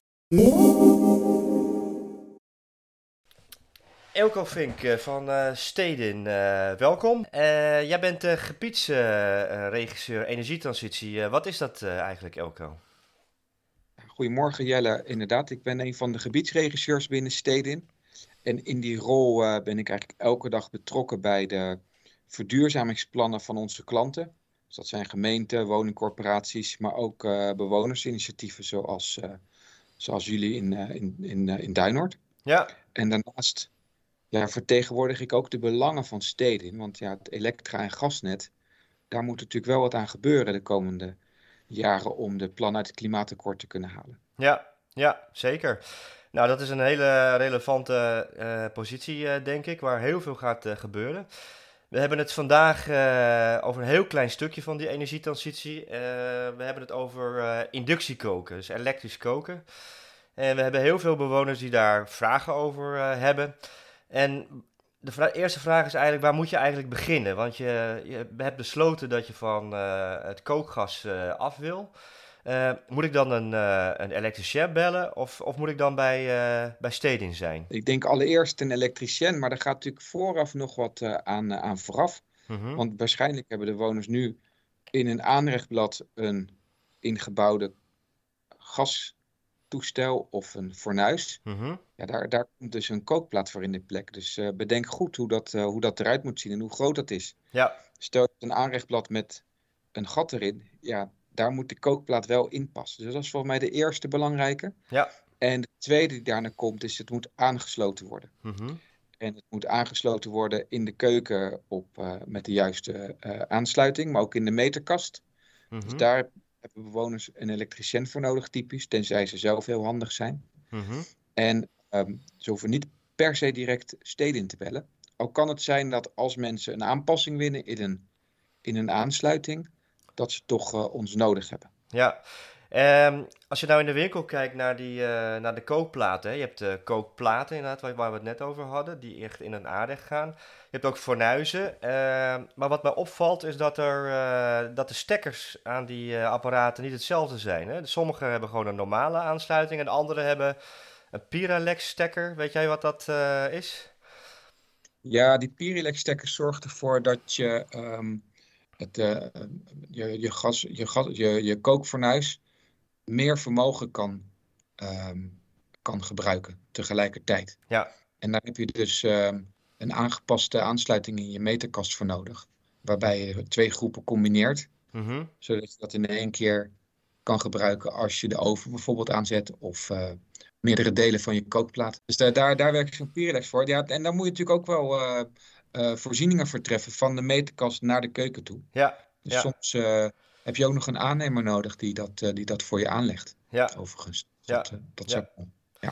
Eelco Vink uh, van uh, Stedin, uh, welkom. Uh, jij bent uh, gebiedsregisseur uh, energietransitie. Uh, wat is dat uh, eigenlijk, Eelco? Goedemorgen Jelle, inderdaad. Ik ben een van de gebiedsregisseurs binnen Stedin. En in die rol uh, ben ik eigenlijk elke dag betrokken bij de verduurzamingsplannen van onze klanten. Dus dat zijn gemeenten, woningcorporaties, maar ook uh, bewonersinitiatieven zoals, uh, zoals jullie in, uh, in, in, uh, in Duinoord. Ja. En daarnaast ja, vertegenwoordig ik ook de belangen van Stedin. Want ja, het elektra- en gasnet, daar moet natuurlijk wel wat aan gebeuren de komende jaren om de plan uit het klimaatakkoord te kunnen halen. Ja, ja, zeker. Nou, dat is een hele relevante uh, positie, uh, denk ik, waar heel veel gaat uh, gebeuren. We hebben het vandaag uh, over een heel klein stukje van die energietransitie. Uh, we hebben het over uh, inductiekoken, dus elektrisch koken. En we hebben heel veel bewoners die daar vragen over uh, hebben. En de vra- eerste vraag is eigenlijk, waar moet je eigenlijk beginnen? Want je, je hebt besloten dat je van uh, het kookgas uh, af wil. Uh, moet ik dan een, uh, een elektricien bellen of, of moet ik dan bij, uh, bij Stedin zijn? Ik denk allereerst een elektricien, maar daar gaat natuurlijk vooraf nog wat uh, aan, uh, aan vooraf. Mm-hmm. Want waarschijnlijk hebben de bewoners nu in een aanrechtblad een ingebouwde gastoestel of een fornuis. Mm-hmm. Ja, daar, daar komt dus een kookplaat voor in de plek. Dus uh, bedenk goed hoe dat, uh, hoe dat eruit moet zien en hoe groot dat is. Ja. Stel je een aanrechtblad met een gat erin, ja, daar moet de kookplaat wel in passen. Dus dat is volgens mij de eerste belangrijke. Ja. En de tweede die daarna komt is, het moet aangesloten worden. Mm-hmm. En het moet aangesloten worden in de keuken op, uh, met de juiste uh, aansluiting, maar ook in de meterkast. Mm-hmm. Dus daar hebben bewoners een elektricien voor nodig, typisch, tenzij ze zelf heel handig zijn. Mm-hmm. En um, ze hoeven niet per se direct Stedin te bellen. Al kan het zijn dat als mensen een aanpassing winnen in een, in een aansluiting, dat ze toch uh, ons nodig hebben. Ja, um, als je nou in de winkel kijkt naar, die, uh, naar de kookplaten, hè? Je hebt de kookplaten inderdaad, waar, waar we het net over hadden, die echt in een aanrecht gaan. Je hebt ook fornuizen, uh, maar wat mij opvalt is dat, er, uh, dat de stekkers aan die uh, apparaten niet hetzelfde zijn. Hè? Sommige hebben gewoon een normale aansluiting en de andere hebben een Pyralex stekker. Weet jij wat dat uh, is? Ja, die Pyralex stekker zorgt ervoor dat je... Um... Het, uh, je, je, gas, je, gas, je, je kookfornuis meer vermogen kan, um, kan gebruiken tegelijkertijd. Ja. En daar heb je dus um, een aangepaste aansluiting in je meterkast voor nodig. Waarbij je twee groepen combineert. Mm-hmm. Zodat je dat in één keer kan gebruiken als je de oven bijvoorbeeld aanzet. Of uh, meerdere delen van je kookplaat. Dus daar, daar, daar werkt zo'n Pyralex voor. Ja, en dan moet je natuurlijk ook wel... Uh, Uh, voorzieningen vertreffen van de meterkast naar de keuken toe. Ja, dus ja. soms uh, heb je ook nog een aannemer nodig die dat, uh, die dat voor je aanlegt. Ja. Overigens. Ja. Dat, uh, dat ja. zou... ja.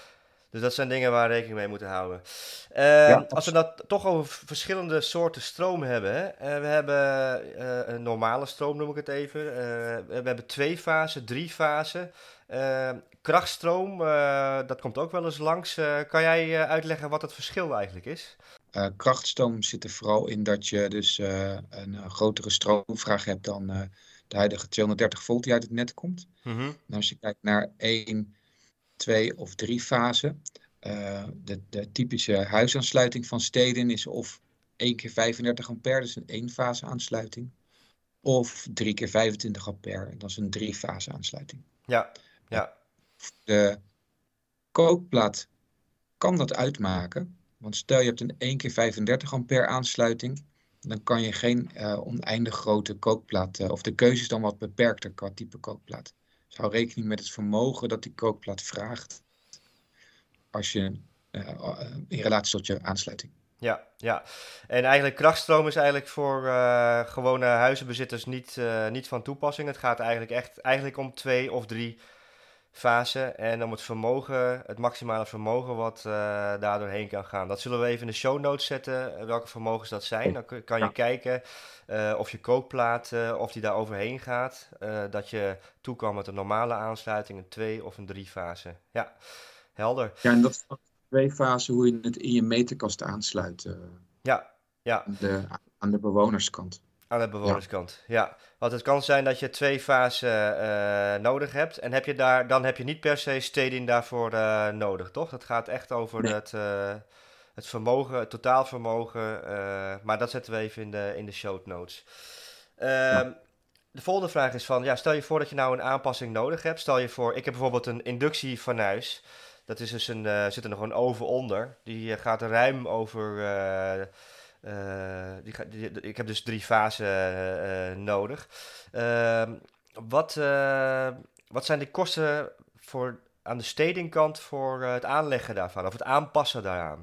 Dus dat zijn dingen waar we rekening mee moeten houden. Uh, Ja, als we dat toch over verschillende soorten stroom hebben. Hè? Uh, we hebben uh, een normale stroom, noem ik het even. Uh, we hebben twee fasen, drie fasen. Uh, krachtstroom, uh, dat komt ook wel eens langs. Uh, kan jij uh, uitleggen wat het verschil eigenlijk is? Uh, krachtstroom zit er vooral in dat je dus uh, een uh, grotere stroomvraag hebt dan uh, de huidige tweehonderddertig volt die uit het net komt. Mm-hmm. En als je kijkt naar één, twee of drie fasen. Uh, de, de typische huisaansluiting van steden is of één keer vijfendertig ampère, dus een één-fase aansluiting. Of drie keer vijfentwintig ampère, dat is een drie-fase aansluiting. Ja, ja. De kookplaat kan dat uitmaken. Want stel je hebt een één keer vijfendertig ampère aansluiting, dan kan je geen uh, oneindig grote kookplaat, uh, of de keuze is dan wat beperkter qua type kookplaat. Dus hou rekening met het vermogen dat die kookplaat vraagt als je uh, in relatie tot je aansluiting. Ja, ja. En eigenlijk krachtstroom is eigenlijk voor uh, gewone huizenbezitters niet, uh, niet van toepassing. Het gaat eigenlijk echt eigenlijk om twee of drie fasen en om het vermogen, het maximale vermogen wat uh, daar doorheen kan gaan. Dat zullen we even in de show notes zetten, welke vermogens dat zijn. Dan kun, kan je ja. kijken uh, of je kookplaat, uh, of die daar overheen gaat. Uh, dat je toe kan met een normale aansluiting, een twee of een drie fase. Ja, helder. Ja, en dat is twee fasen hoe je het in je meterkast aansluit. Uh, ja, ja. Aan de, aan de bewonerskant. Aan de bewonerskant, ja. ja. Want het kan zijn dat je twee fasen uh, nodig hebt. En heb je daar, dan heb je niet per se steding daarvoor uh, nodig, toch? Dat gaat echt over nee. het, uh, het vermogen, het totaalvermogen. Uh, maar dat zetten we even in de, in de show notes. Uh, ja. De volgende vraag is van, ja, stel je voor dat je nou een aanpassing nodig hebt. Stel je voor, ik heb bijvoorbeeld een inductiefornuis. Dat is dus een, uh, zit er nog een oven onder. Die uh, gaat ruim over... Uh, Uh, die, die, die, ik heb dus drie fasen uh, uh, nodig. Uh, wat, uh, wat zijn de kosten voor, aan de stedingkant voor uh, het aanleggen daarvan? Of het aanpassen daaraan?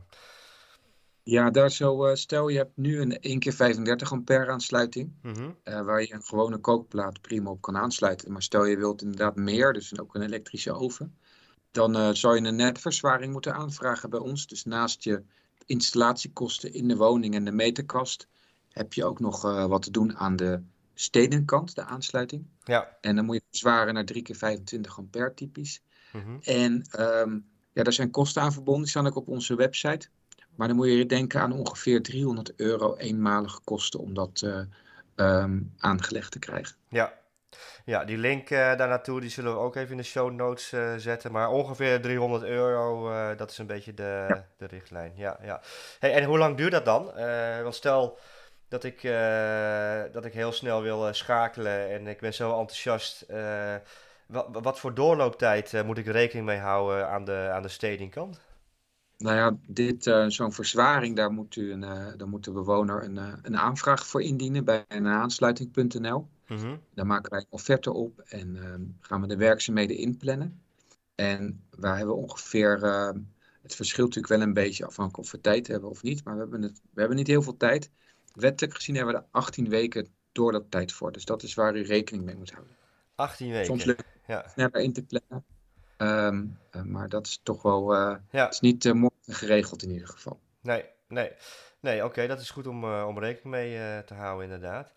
Ja, daar zo, uh, stel je hebt nu een één keer vijfendertig ampère aansluiting. Mm-hmm. Uh, waar je een gewone kookplaat prima op kan aansluiten. Maar stel je wilt inderdaad meer, dus ook een elektrische oven. Dan uh, zou je een netverzwaring moeten aanvragen bij ons. Dus naast je installatiekosten in de woning en de meterkast heb je ook nog uh, wat te doen aan de stedenkant, de aansluiting. Ja. En dan moet je verzwaren naar drie keer vijfentwintig ampère typisch. Mm-hmm. En um, ja, daar zijn kosten aan verbonden, die staan ook op onze website. Maar dan moet je denken aan ongeveer driehonderd euro eenmalige kosten om dat uh, um, aangelegd te krijgen. Ja. Ja, die link uh, daar naartoe, die zullen we ook even in de show notes uh, zetten. Maar ongeveer driehonderd euro, uh, dat is een beetje de, ja. de richtlijn. Ja, ja. Hey, en hoe lang duurt dat dan? Uh, want stel dat ik, uh, dat ik heel snel wil uh, schakelen en ik ben zo enthousiast. Uh, wat, wat voor doorlooptijd uh, moet ik rekening mee houden aan de, aan de stedingkant? Nou ja, dit, uh, zo'n verzwaring, daar moet, u een, uh, daar moet de bewoner een, uh, een aanvraag voor indienen bij een aansluiting punt n l. Mm-hmm. Dan maken wij een offerte op en uh, gaan we de werkzaamheden inplannen. En waar hebben we ongeveer, uh, het verschilt natuurlijk wel een beetje afhankelijk of we tijd hebben of niet, maar we hebben, het, we hebben niet heel veel tijd. Wettelijk gezien hebben we er achttien weken doorlooptijd voor, dus dat is waar u rekening mee moet houden. achttien weken? Soms lukt het ja. sneller in te plannen, um, uh, maar dat is toch wel, uh, ja. het is niet uh, morgen geregeld in ieder geval. Nee, nee, nee oké, okay, dat is goed om, uh, om rekening mee uh, te houden inderdaad.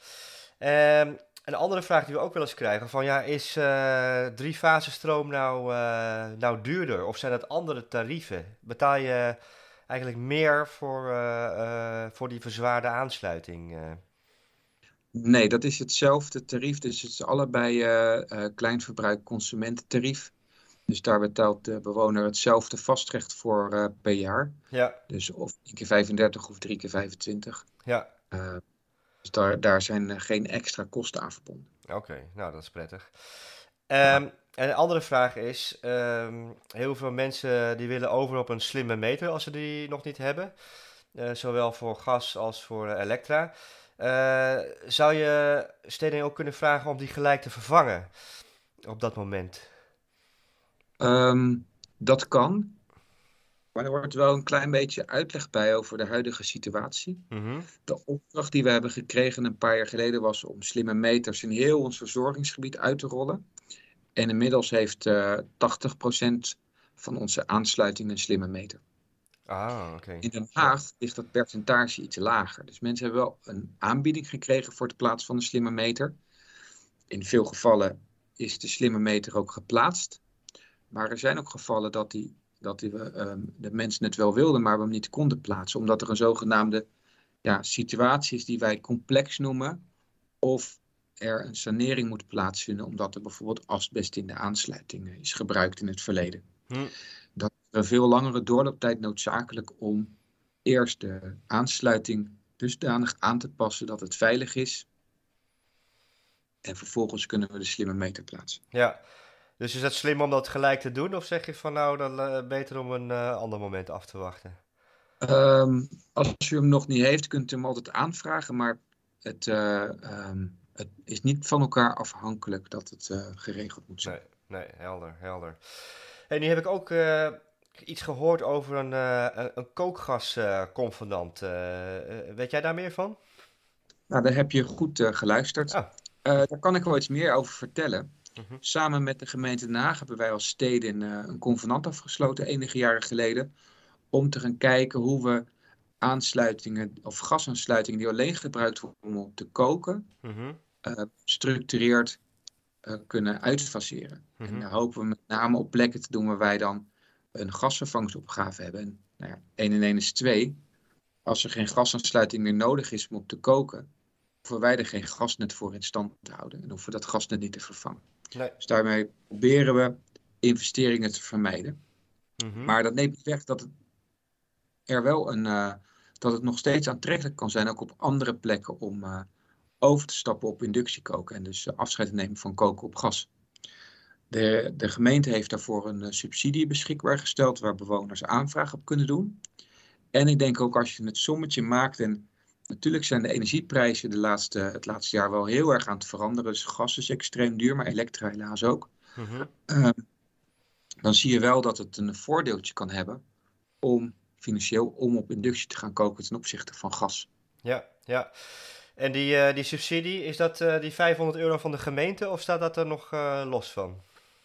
Um, Een andere vraag die we ook wel eens krijgen, van ja, is uh, drie-fasenstroom nou, uh, nou duurder? Of zijn dat andere tarieven? Betaal je eigenlijk meer voor, uh, uh, voor die verzwaarde aansluiting? Uh? Nee, dat is hetzelfde tarief. Dus het is allebei uh, uh, kleinverbruik consumententarief. Dus daar betaalt de bewoner hetzelfde vastrecht voor uh, per jaar. Ja. Dus of één keer vijfendertig of drie keer vijfentwintig. Ja. Uh, Dus daar, daar zijn uh, geen extra kosten aan verbonden. Oké, okay, nou dat is prettig. Um, en een andere vraag is, um, heel veel mensen die willen over op een slimme meter als ze die nog niet hebben. Uh, zowel voor gas als voor uh, elektra. Uh, zou je stedingen ook kunnen vragen om die gelijk te vervangen op dat moment? Um, dat kan. Maar er wordt wel een klein beetje uitleg bij over de huidige situatie. Mm-hmm. De opdracht die we hebben gekregen een paar jaar geleden was om slimme meters in heel ons verzorgingsgebied uit te rollen. En inmiddels heeft uh, tachtig procent van onze aansluiting een slimme meter. Ah, oké. Okay. In Den Haag ligt dat percentage iets lager. Dus mensen hebben wel een aanbieding gekregen voor het plaatsen van een slimme meter. In veel gevallen is de slimme meter ook geplaatst. Maar er zijn ook gevallen dat, die, dat die, um, de mensen het wel wilden, maar we hem niet konden plaatsen. Omdat er een zogenaamde ja, situatie is die wij complex noemen. Of er een sanering moet plaatsvinden omdat er bijvoorbeeld asbest in de aansluiting is gebruikt in het verleden. Hm. Dat is een veel langere doorlooptijd noodzakelijk om eerst de aansluiting dusdanig aan te passen dat het veilig is. En vervolgens kunnen we de slimme meter plaatsen. Ja, dus is het slim om dat gelijk te doen? Of zeg je van nou, dan uh, beter om een uh, ander moment af te wachten? Um, als u hem nog niet heeft, kunt u hem altijd aanvragen. Maar het, uh, um, het is niet van elkaar afhankelijk dat het uh, geregeld moet zijn. Nee, nee, helder, helder. En nu heb ik ook uh, iets gehoord over een, uh, een kookgasconfondant. Uh, uh, weet jij daar meer van? Nou, daar heb je goed uh, geluisterd. Oh. Uh, daar kan ik wel iets meer over vertellen. Uh-huh. Samen met de gemeente Den Haag hebben wij als steden uh, een convenant afgesloten enige jaren geleden. Om te gaan kijken hoe we aansluitingen of gasaansluitingen die alleen gebruikt worden om te koken, uh-huh. uh, structureerd uh, kunnen uitfaseren. Uh-huh. En daar hopen we met name op plekken te doen waar wij dan een gasvervangingsopgave hebben. En nou ja, één en één is twee. Als er geen gasaansluiting meer nodig is om op te koken, hoeven wij er geen gasnet voor in stand te houden. En hoeven we dat gasnet niet te vervangen. Nee. Dus daarmee proberen we investeringen te vermijden. Mm-hmm. Maar dat neemt niet weg dat het er wel een, uh, dat het nog steeds aantrekkelijk kan zijn, ook op andere plekken, om uh, over te stappen op inductiekoken. En dus uh, afscheid te nemen van koken op gas. De, de gemeente heeft daarvoor een uh, subsidie beschikbaar gesteld waar bewoners aanvraag op kunnen doen. En ik denk ook als je het sommetje maakt, en natuurlijk zijn de energieprijzen de laatste, het laatste jaar wel heel erg aan het veranderen. Dus gas is extreem duur, maar elektra helaas ook. Mm-hmm. Uh, dan zie je wel dat het een voordeeltje kan hebben om financieel om op inductie te gaan koken ten opzichte van gas. Ja, ja. En die, uh, die subsidie, is dat uh, die vijfhonderd euro van de gemeente of staat dat er nog uh, los van?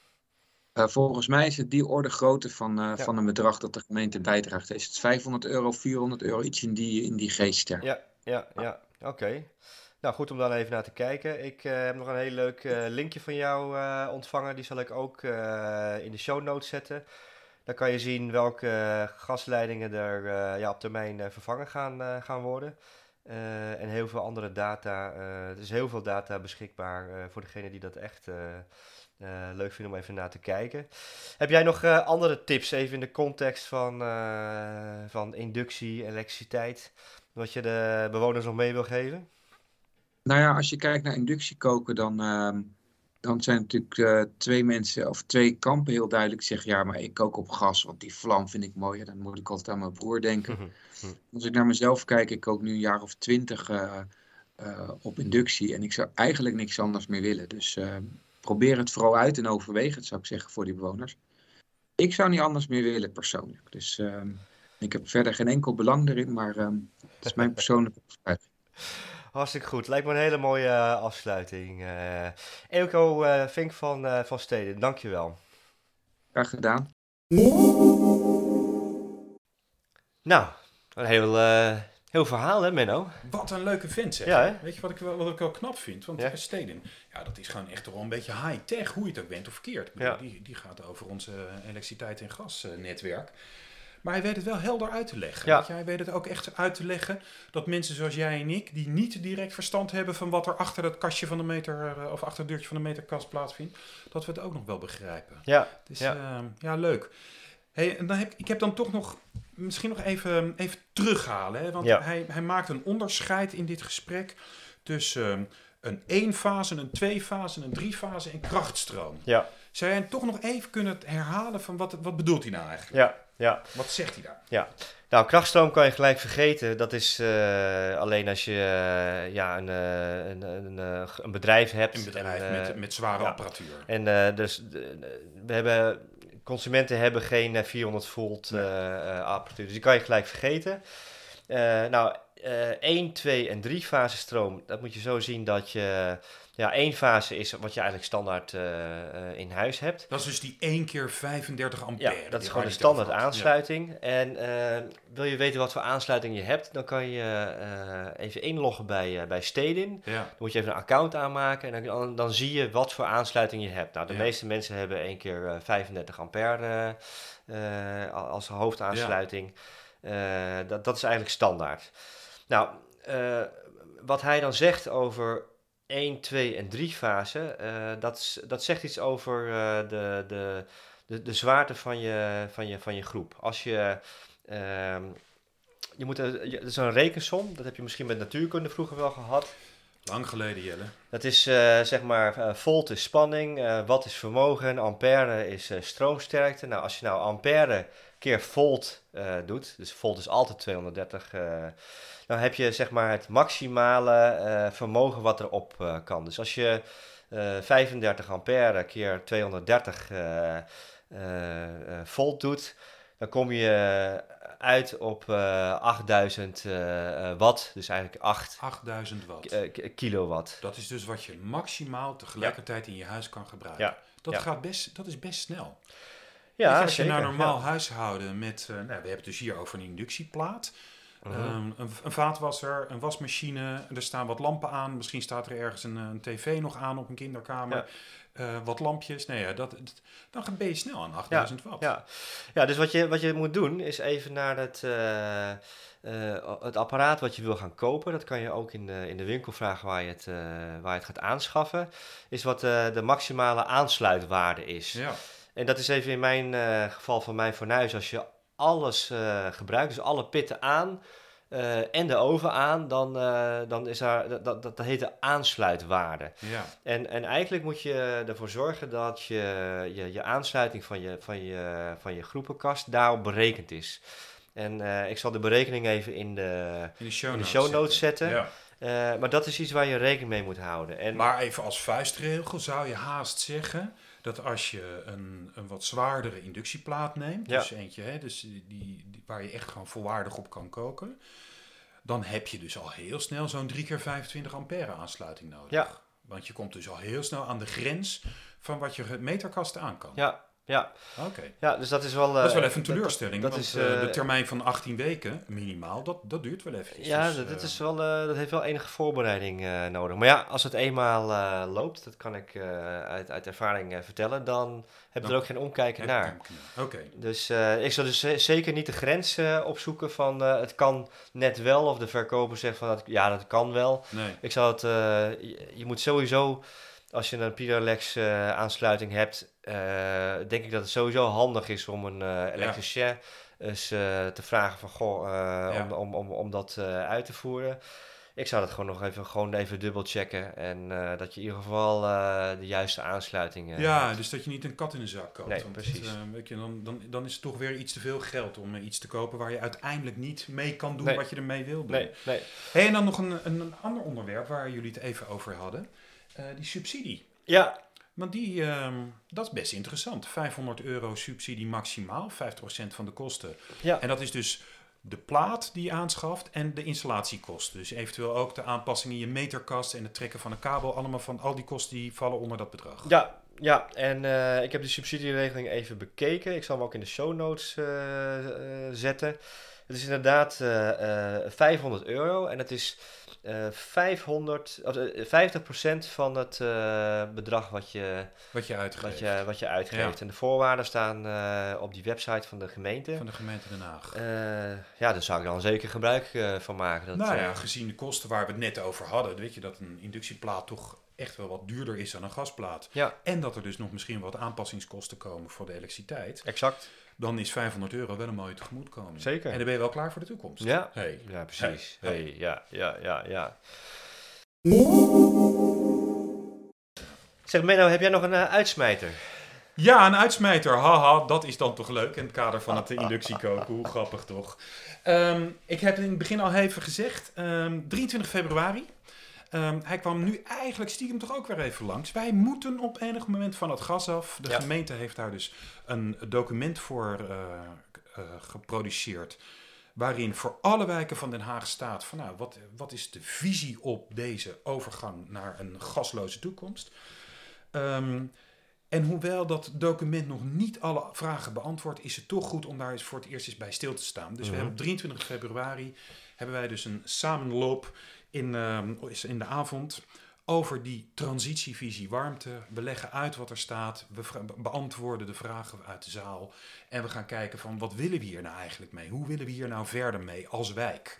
Uh, volgens mij is het die orde grootte van, uh, ja. van een bedrag dat de gemeente bijdraagt. Is het vijfhonderd euro, vierhonderd euro, iets in die, in die geest. Ja, ja, ja, ja. Oké. Okay. Nou, goed om daar even naar te kijken. Ik uh, heb nog een heel leuk uh, linkje van jou uh, ontvangen. Die zal ik ook uh, in de show notes zetten. Dan kan je zien welke uh, gasleidingen er uh, ja, op termijn uh, vervangen gaan, uh, gaan worden. Uh, en heel veel andere data. Uh, er is heel veel data beschikbaar uh, voor degene die dat echt uh, uh, leuk vinden om even naar te kijken. Heb jij nog uh, andere tips, even in de context van, uh, van inductie, elektriciteit, wat je de bewoners nog mee wil geven? Nou ja, als je kijkt naar inductiekoken, dan, uh, dan zijn natuurlijk uh, twee mensen of twee kampen heel duidelijk zeggen, ja, maar ik kook op gas, want die vlam vind ik mooi. En dan moet ik altijd aan mijn broer denken. Mm-hmm. Als ik naar mezelf kijk, ik kook nu een jaar of twintig uh, uh, op inductie en ik zou eigenlijk niks anders meer willen. Dus uh, probeer het vooral uit en overweeg het, zou ik zeggen, voor die bewoners. Ik zou niet anders meer willen persoonlijk. Dus uh, ik heb verder geen enkel belang erin, maar uh, het is mijn persoonlijke overtuiging. Hartstikke goed. Lijkt me een hele mooie uh, afsluiting. Uh, Eelco uh, Vink van, uh, van Steden, dankjewel. Graag gedaan. Nou, een heel, uh, heel verhaal hè, Menno? Wat een leuke vent zeg. Ja, weet je wat ik, wel, wat ik wel knap vind? Want ja. Steden, ja, dat is gewoon echt wel een beetje high-tech, hoe je het ook bent of verkeerd. Ik bedoel, ja. die, die gaat over onze elektriciteit- en gasnetwerk. Maar hij weet het wel helder uit te leggen. Ja. Weet je? Hij weet het ook echt uit te leggen dat mensen zoals jij en ik, die niet direct verstand hebben van wat er achter het kastje van de meter, of achter het deurtje van de meterkast plaatsvindt, dat we het ook nog wel begrijpen. Ja, dus, ja. Uh, ja leuk. Hey, en dan heb, ik heb dan toch nog, misschien nog even, even terughalen. Hè? Want ja. hij, hij maakt een onderscheid in dit gesprek tussen um, een eenfase, een tweefase, een driefase en krachtstroom. Ja. Zou jij toch nog even kunnen herhalen van wat, wat bedoelt hij nou eigenlijk? Ja. Ja. Wat zegt hij daar? Ja, nou, krachtstroom kan je gelijk vergeten. Dat is uh, alleen als je uh, ja, een, uh, een, een, een bedrijf hebt. Een bedrijf en, uh, met, met zware ja. apparatuur. En uh, dus uh, we hebben, consumenten hebben geen vierhonderd volt uh, uh, apparatuur. Dus die kan je gelijk vergeten. Uh, nou, uh, één, twee en drie fase stroom, dat moet je zo zien dat je... Ja, één fase is wat je eigenlijk standaard uh, uh, in huis hebt. Dat is dus die één keer vijfendertig ampère. Ja, dat is gewoon een standaard aansluiting. Ja. En uh, wil je weten wat voor aansluiting je hebt, dan kan je uh, even inloggen bij, uh, bij Stedin. Ja. Dan moet je even een account aanmaken en dan, dan zie je wat voor aansluiting je hebt. Nou, de ja. meeste mensen hebben één keer uh, vijfendertig ampère uh, uh, als hoofdaansluiting. Ja. Uh, dat, dat is eigenlijk standaard. Nou, uh, wat hij dan zegt over één, twee en drie fase, uh, dat, dat zegt iets over uh, de, de, de, de zwaarte van je, van, je, van je groep. Als je, uh, je moet, dat is een rekensom, dat heb je misschien met natuurkunde vroeger wel gehad. Lang geleden, Jelle. Dat is uh, zeg maar, uh, volt is spanning, uh, watt is vermogen, ampère is uh, stroomsterkte. Nou, als je nou ampère keer volt uh, doet, dus volt is altijd tweehonderddertig, uh, dan heb je zeg maar het maximale uh, vermogen wat erop uh, kan. Dus als je uh, vijfendertig ampère keer tweehonderddertig uh, uh, uh, volt doet, dan kom je uit op uh, achtduizend uh, watt, dus eigenlijk acht achtduizend watt. Uh, kilowatt. Dat is dus wat je maximaal tegelijkertijd ja. in je huis kan gebruiken. Ja. Dat, ja. gaat best, dat is best snel. Ja, je, als zeker, je naar normaal ja. huishouden met, uh, nou, we hebben het dus hier over een inductieplaat. Uh-huh. Um, een, een vaatwasser, een wasmachine, er staan wat lampen aan. Misschien staat er ergens een, een tv nog aan op een kinderkamer. Ja. Uh, wat lampjes. Nee, ja, dat, dat, dan ben je snel aan achtduizend ja, watt. Ja, ja dus wat je, wat je moet doen is even naar het, uh, uh, het apparaat wat je wil gaan kopen. Dat kan je ook in de, in de winkel vragen waar je het, uh, waar je het gaat aanschaffen. Is wat uh, de maximale aansluitwaarde is. Ja. En dat is even in mijn uh, geval van mijn fornuis. Als je alles uh, gebruikt, dus alle pitten aan uh, en de oven aan, dan, uh, dan is daar, dat, dat, dat heet de aansluitwaarde. Ja. En, en eigenlijk moet je ervoor zorgen dat je, je, je aansluiting van je, van, je, van je groepenkast daarop berekend is. En uh, ik zal de berekening even in de, in de show in de notes show notes zetten. zetten. Ja. Uh, maar dat is iets waar je rekening mee moet houden. En, maar even als vuistregel zou je haast zeggen dat als je een, een wat zwaardere inductieplaat neemt, ja. dus eentje hè, dus die, die, waar je echt gewoon volwaardig op kan koken, dan heb je dus al heel snel zo'n drie keer vijfentwintig ampère aansluiting nodig. Ja. Want je komt dus al heel snel aan de grens van wat je meterkast aan kan. Ja. Ja. Okay. ja, dus dat is wel... Uh, dat is wel even een teleurstelling, dat, dat want is, uh, de termijn van achttien weken minimaal, dat, dat duurt wel even. Ja, dus, dat, dat, uh, is wel, uh, dat heeft wel enige voorbereiding uh, nodig. Maar ja, als het eenmaal uh, loopt, dat kan ik uh, uit, uit ervaring uh, vertellen, dan heb je er ook geen omkijken naar. Oké. Okay. Dus uh, ik zal dus z- zeker niet de grens uh, opzoeken van uh, het kan net wel, of de verkoper zegt van dat, ja, dat kan wel. Nee. Ik zal het, uh, je, je moet sowieso... Als je een Pyralex uh, aansluiting hebt, uh, denk ik dat het sowieso handig is om een uh, elektricien ja. eens uh, te vragen van goh, uh, ja. om, om, om, om dat uh, uit te voeren. Ik zou dat gewoon nog even, gewoon even dubbel checken en uh, dat je in ieder geval uh, de juiste aansluiting uh, Ja, hebt. dus dat je niet een kat in de zak koopt. Nee, want precies. Het, uh, weet je, dan, dan, dan is het toch weer iets te veel geld om uh, iets te kopen waar je uiteindelijk niet mee kan doen nee. wat je ermee wil doen. Nee, nee. Hey, en dan nog een, een, een ander onderwerp waar jullie het even over hadden. Uh, die subsidie. Ja. Want die, um, dat is best interessant. vijfhonderd euro subsidie maximaal, vijftig procent van de kosten. Ja. En dat is dus de plaat die je aanschaft en de installatiekosten. Dus eventueel ook de aanpassingen in je meterkast en het trekken van een kabel. Allemaal van al die kosten die vallen onder dat bedrag. Ja, ja. En uh, ik heb de subsidieregeling even bekeken. Ik zal hem ook in de show notes uh, uh, zetten. Het is inderdaad uh, uh, vijfhonderd euro en het is uh, vijfhonderd, uh, vijftig procent van het uh, bedrag wat je, wat je uitgeeft. Wat je, wat je uitgeeft. Ja. En de voorwaarden staan uh, op die website van de gemeente. Van de gemeente Den Haag. Uh, ja, daar zou ik dan zeker gebruik uh, van maken. Dat, nou ja, uh, gezien de kosten waar we het net over hadden, weet je dat een inductieplaat toch echt wel wat duurder is dan een gasplaat. Ja. En dat er dus nog misschien wat aanpassingskosten komen voor de elektriciteit. Exact. Dan is vijfhonderd euro wel een mooie tegemoetkoming. Zeker. En dan ben je wel klaar voor de toekomst. Ja, hey. ja precies. Hey. Hey. Ja, ja, ja, ja. Zeg Menno, heb jij nog een uh, uitsmijter? Ja, een uitsmijter. Haha, dat is dan toch leuk in het kader van het inductiekoken. Hoe grappig toch. Um, ik heb in het begin al even gezegd, um, drieëntwintig februari. Um, hij kwam nu eigenlijk stiekem toch ook weer even langs. Wij moeten op enig moment van het gas af. De ja. gemeente heeft daar dus een document voor uh, uh, geproduceerd. waarin voor alle wijken van Den Haag staat van nou, wat, wat is de visie op deze overgang naar een gasloze toekomst. Um, en hoewel dat document nog niet alle vragen beantwoordt, is het toch goed om daar eens voor het eerst eens bij stil te staan. Dus mm-hmm. we hebben op drieëntwintig februari hebben wij dus een samenloop in, um, in de avond over die transitievisie warmte. We leggen uit wat er staat, we vra- beantwoorden de vragen uit de zaal en we gaan kijken van wat willen we hier nou eigenlijk mee? Hoe willen we hier nou verder mee als wijk?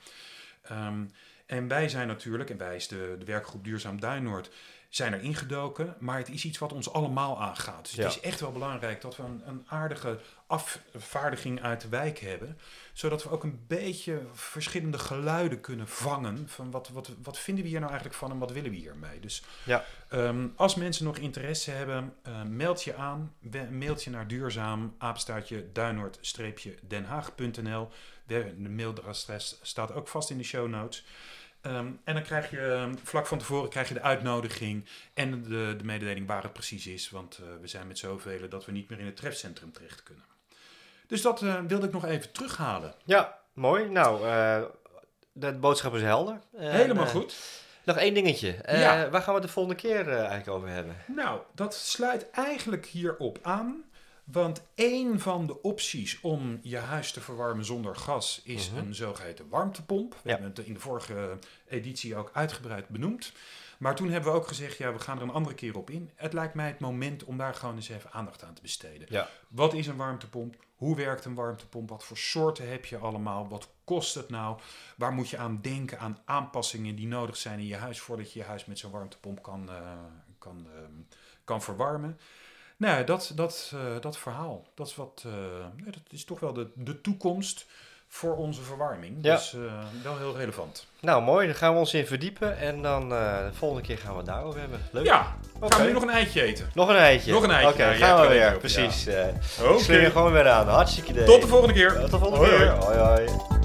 Um, en wij zijn natuurlijk, en wij is de, de werkgroep Duurzaam Duinoord, zijn er ingedoken, maar het is iets wat ons allemaal aangaat. Dus ja. Het is echt wel belangrijk dat we een, een aardige afvaardiging uit de wijk hebben, zodat we ook een beetje verschillende geluiden kunnen vangen van wat, wat, wat vinden we hier nou eigenlijk van en wat willen we hiermee. Dus ja. um, als mensen nog interesse hebben, uh, meld je aan, mailt je naar duurzaam, apenstaartje duinoord-den haag punt n l. De mailadres staat ook vast in de show notes. Um, en dan krijg je, vlak van tevoren krijg je de uitnodiging en de, de mededeling waar het precies is. Want uh, we zijn met zoveel dat we niet meer in het trefcentrum terecht kunnen. Dus dat uh, wilde ik nog even terughalen. Ja, mooi. Nou, uh, de boodschap is helder. Uh, Helemaal uh, goed. Nog één dingetje. Uh, ja. Waar gaan we het de volgende keer uh, eigenlijk over hebben? Nou, dat sluit eigenlijk hierop aan. Want één van de opties om je huis te verwarmen zonder gas is uh-huh. een zogeheten warmtepomp. We ja. hebben het in de vorige editie ook uitgebreid benoemd. Maar toen hebben we ook gezegd, ja, we gaan er een andere keer op in. Het lijkt mij het moment om daar gewoon eens even aandacht aan te besteden. Ja. Wat is een warmtepomp? Hoe werkt een warmtepomp? Wat voor soorten heb je allemaal? Wat kost het nou? Waar moet je aan denken aan aanpassingen die nodig zijn in je huis voordat je je huis met zo'n warmtepomp kan, uh, kan, uh, kan verwarmen? Nou ja, dat, dat, uh, dat verhaal, dat is, wat, uh, dat is toch wel de, de toekomst voor onze verwarming. Ja. Dus uh, wel heel relevant. Nou, mooi. Dan gaan we ons in verdiepen. En dan uh, de volgende keer gaan we het daarover hebben. Leuk. Ja, okay. Gaan we nu nog een eitje eten? Nog een eitje? Nog een eitje. Oké, okay, gaan we weer. Precies. Ja. Uh, okay. Sling er gewoon weer aan. Hartstikke idee. Tot de volgende keer. Tot de volgende hoi, keer. Hoi, hoi.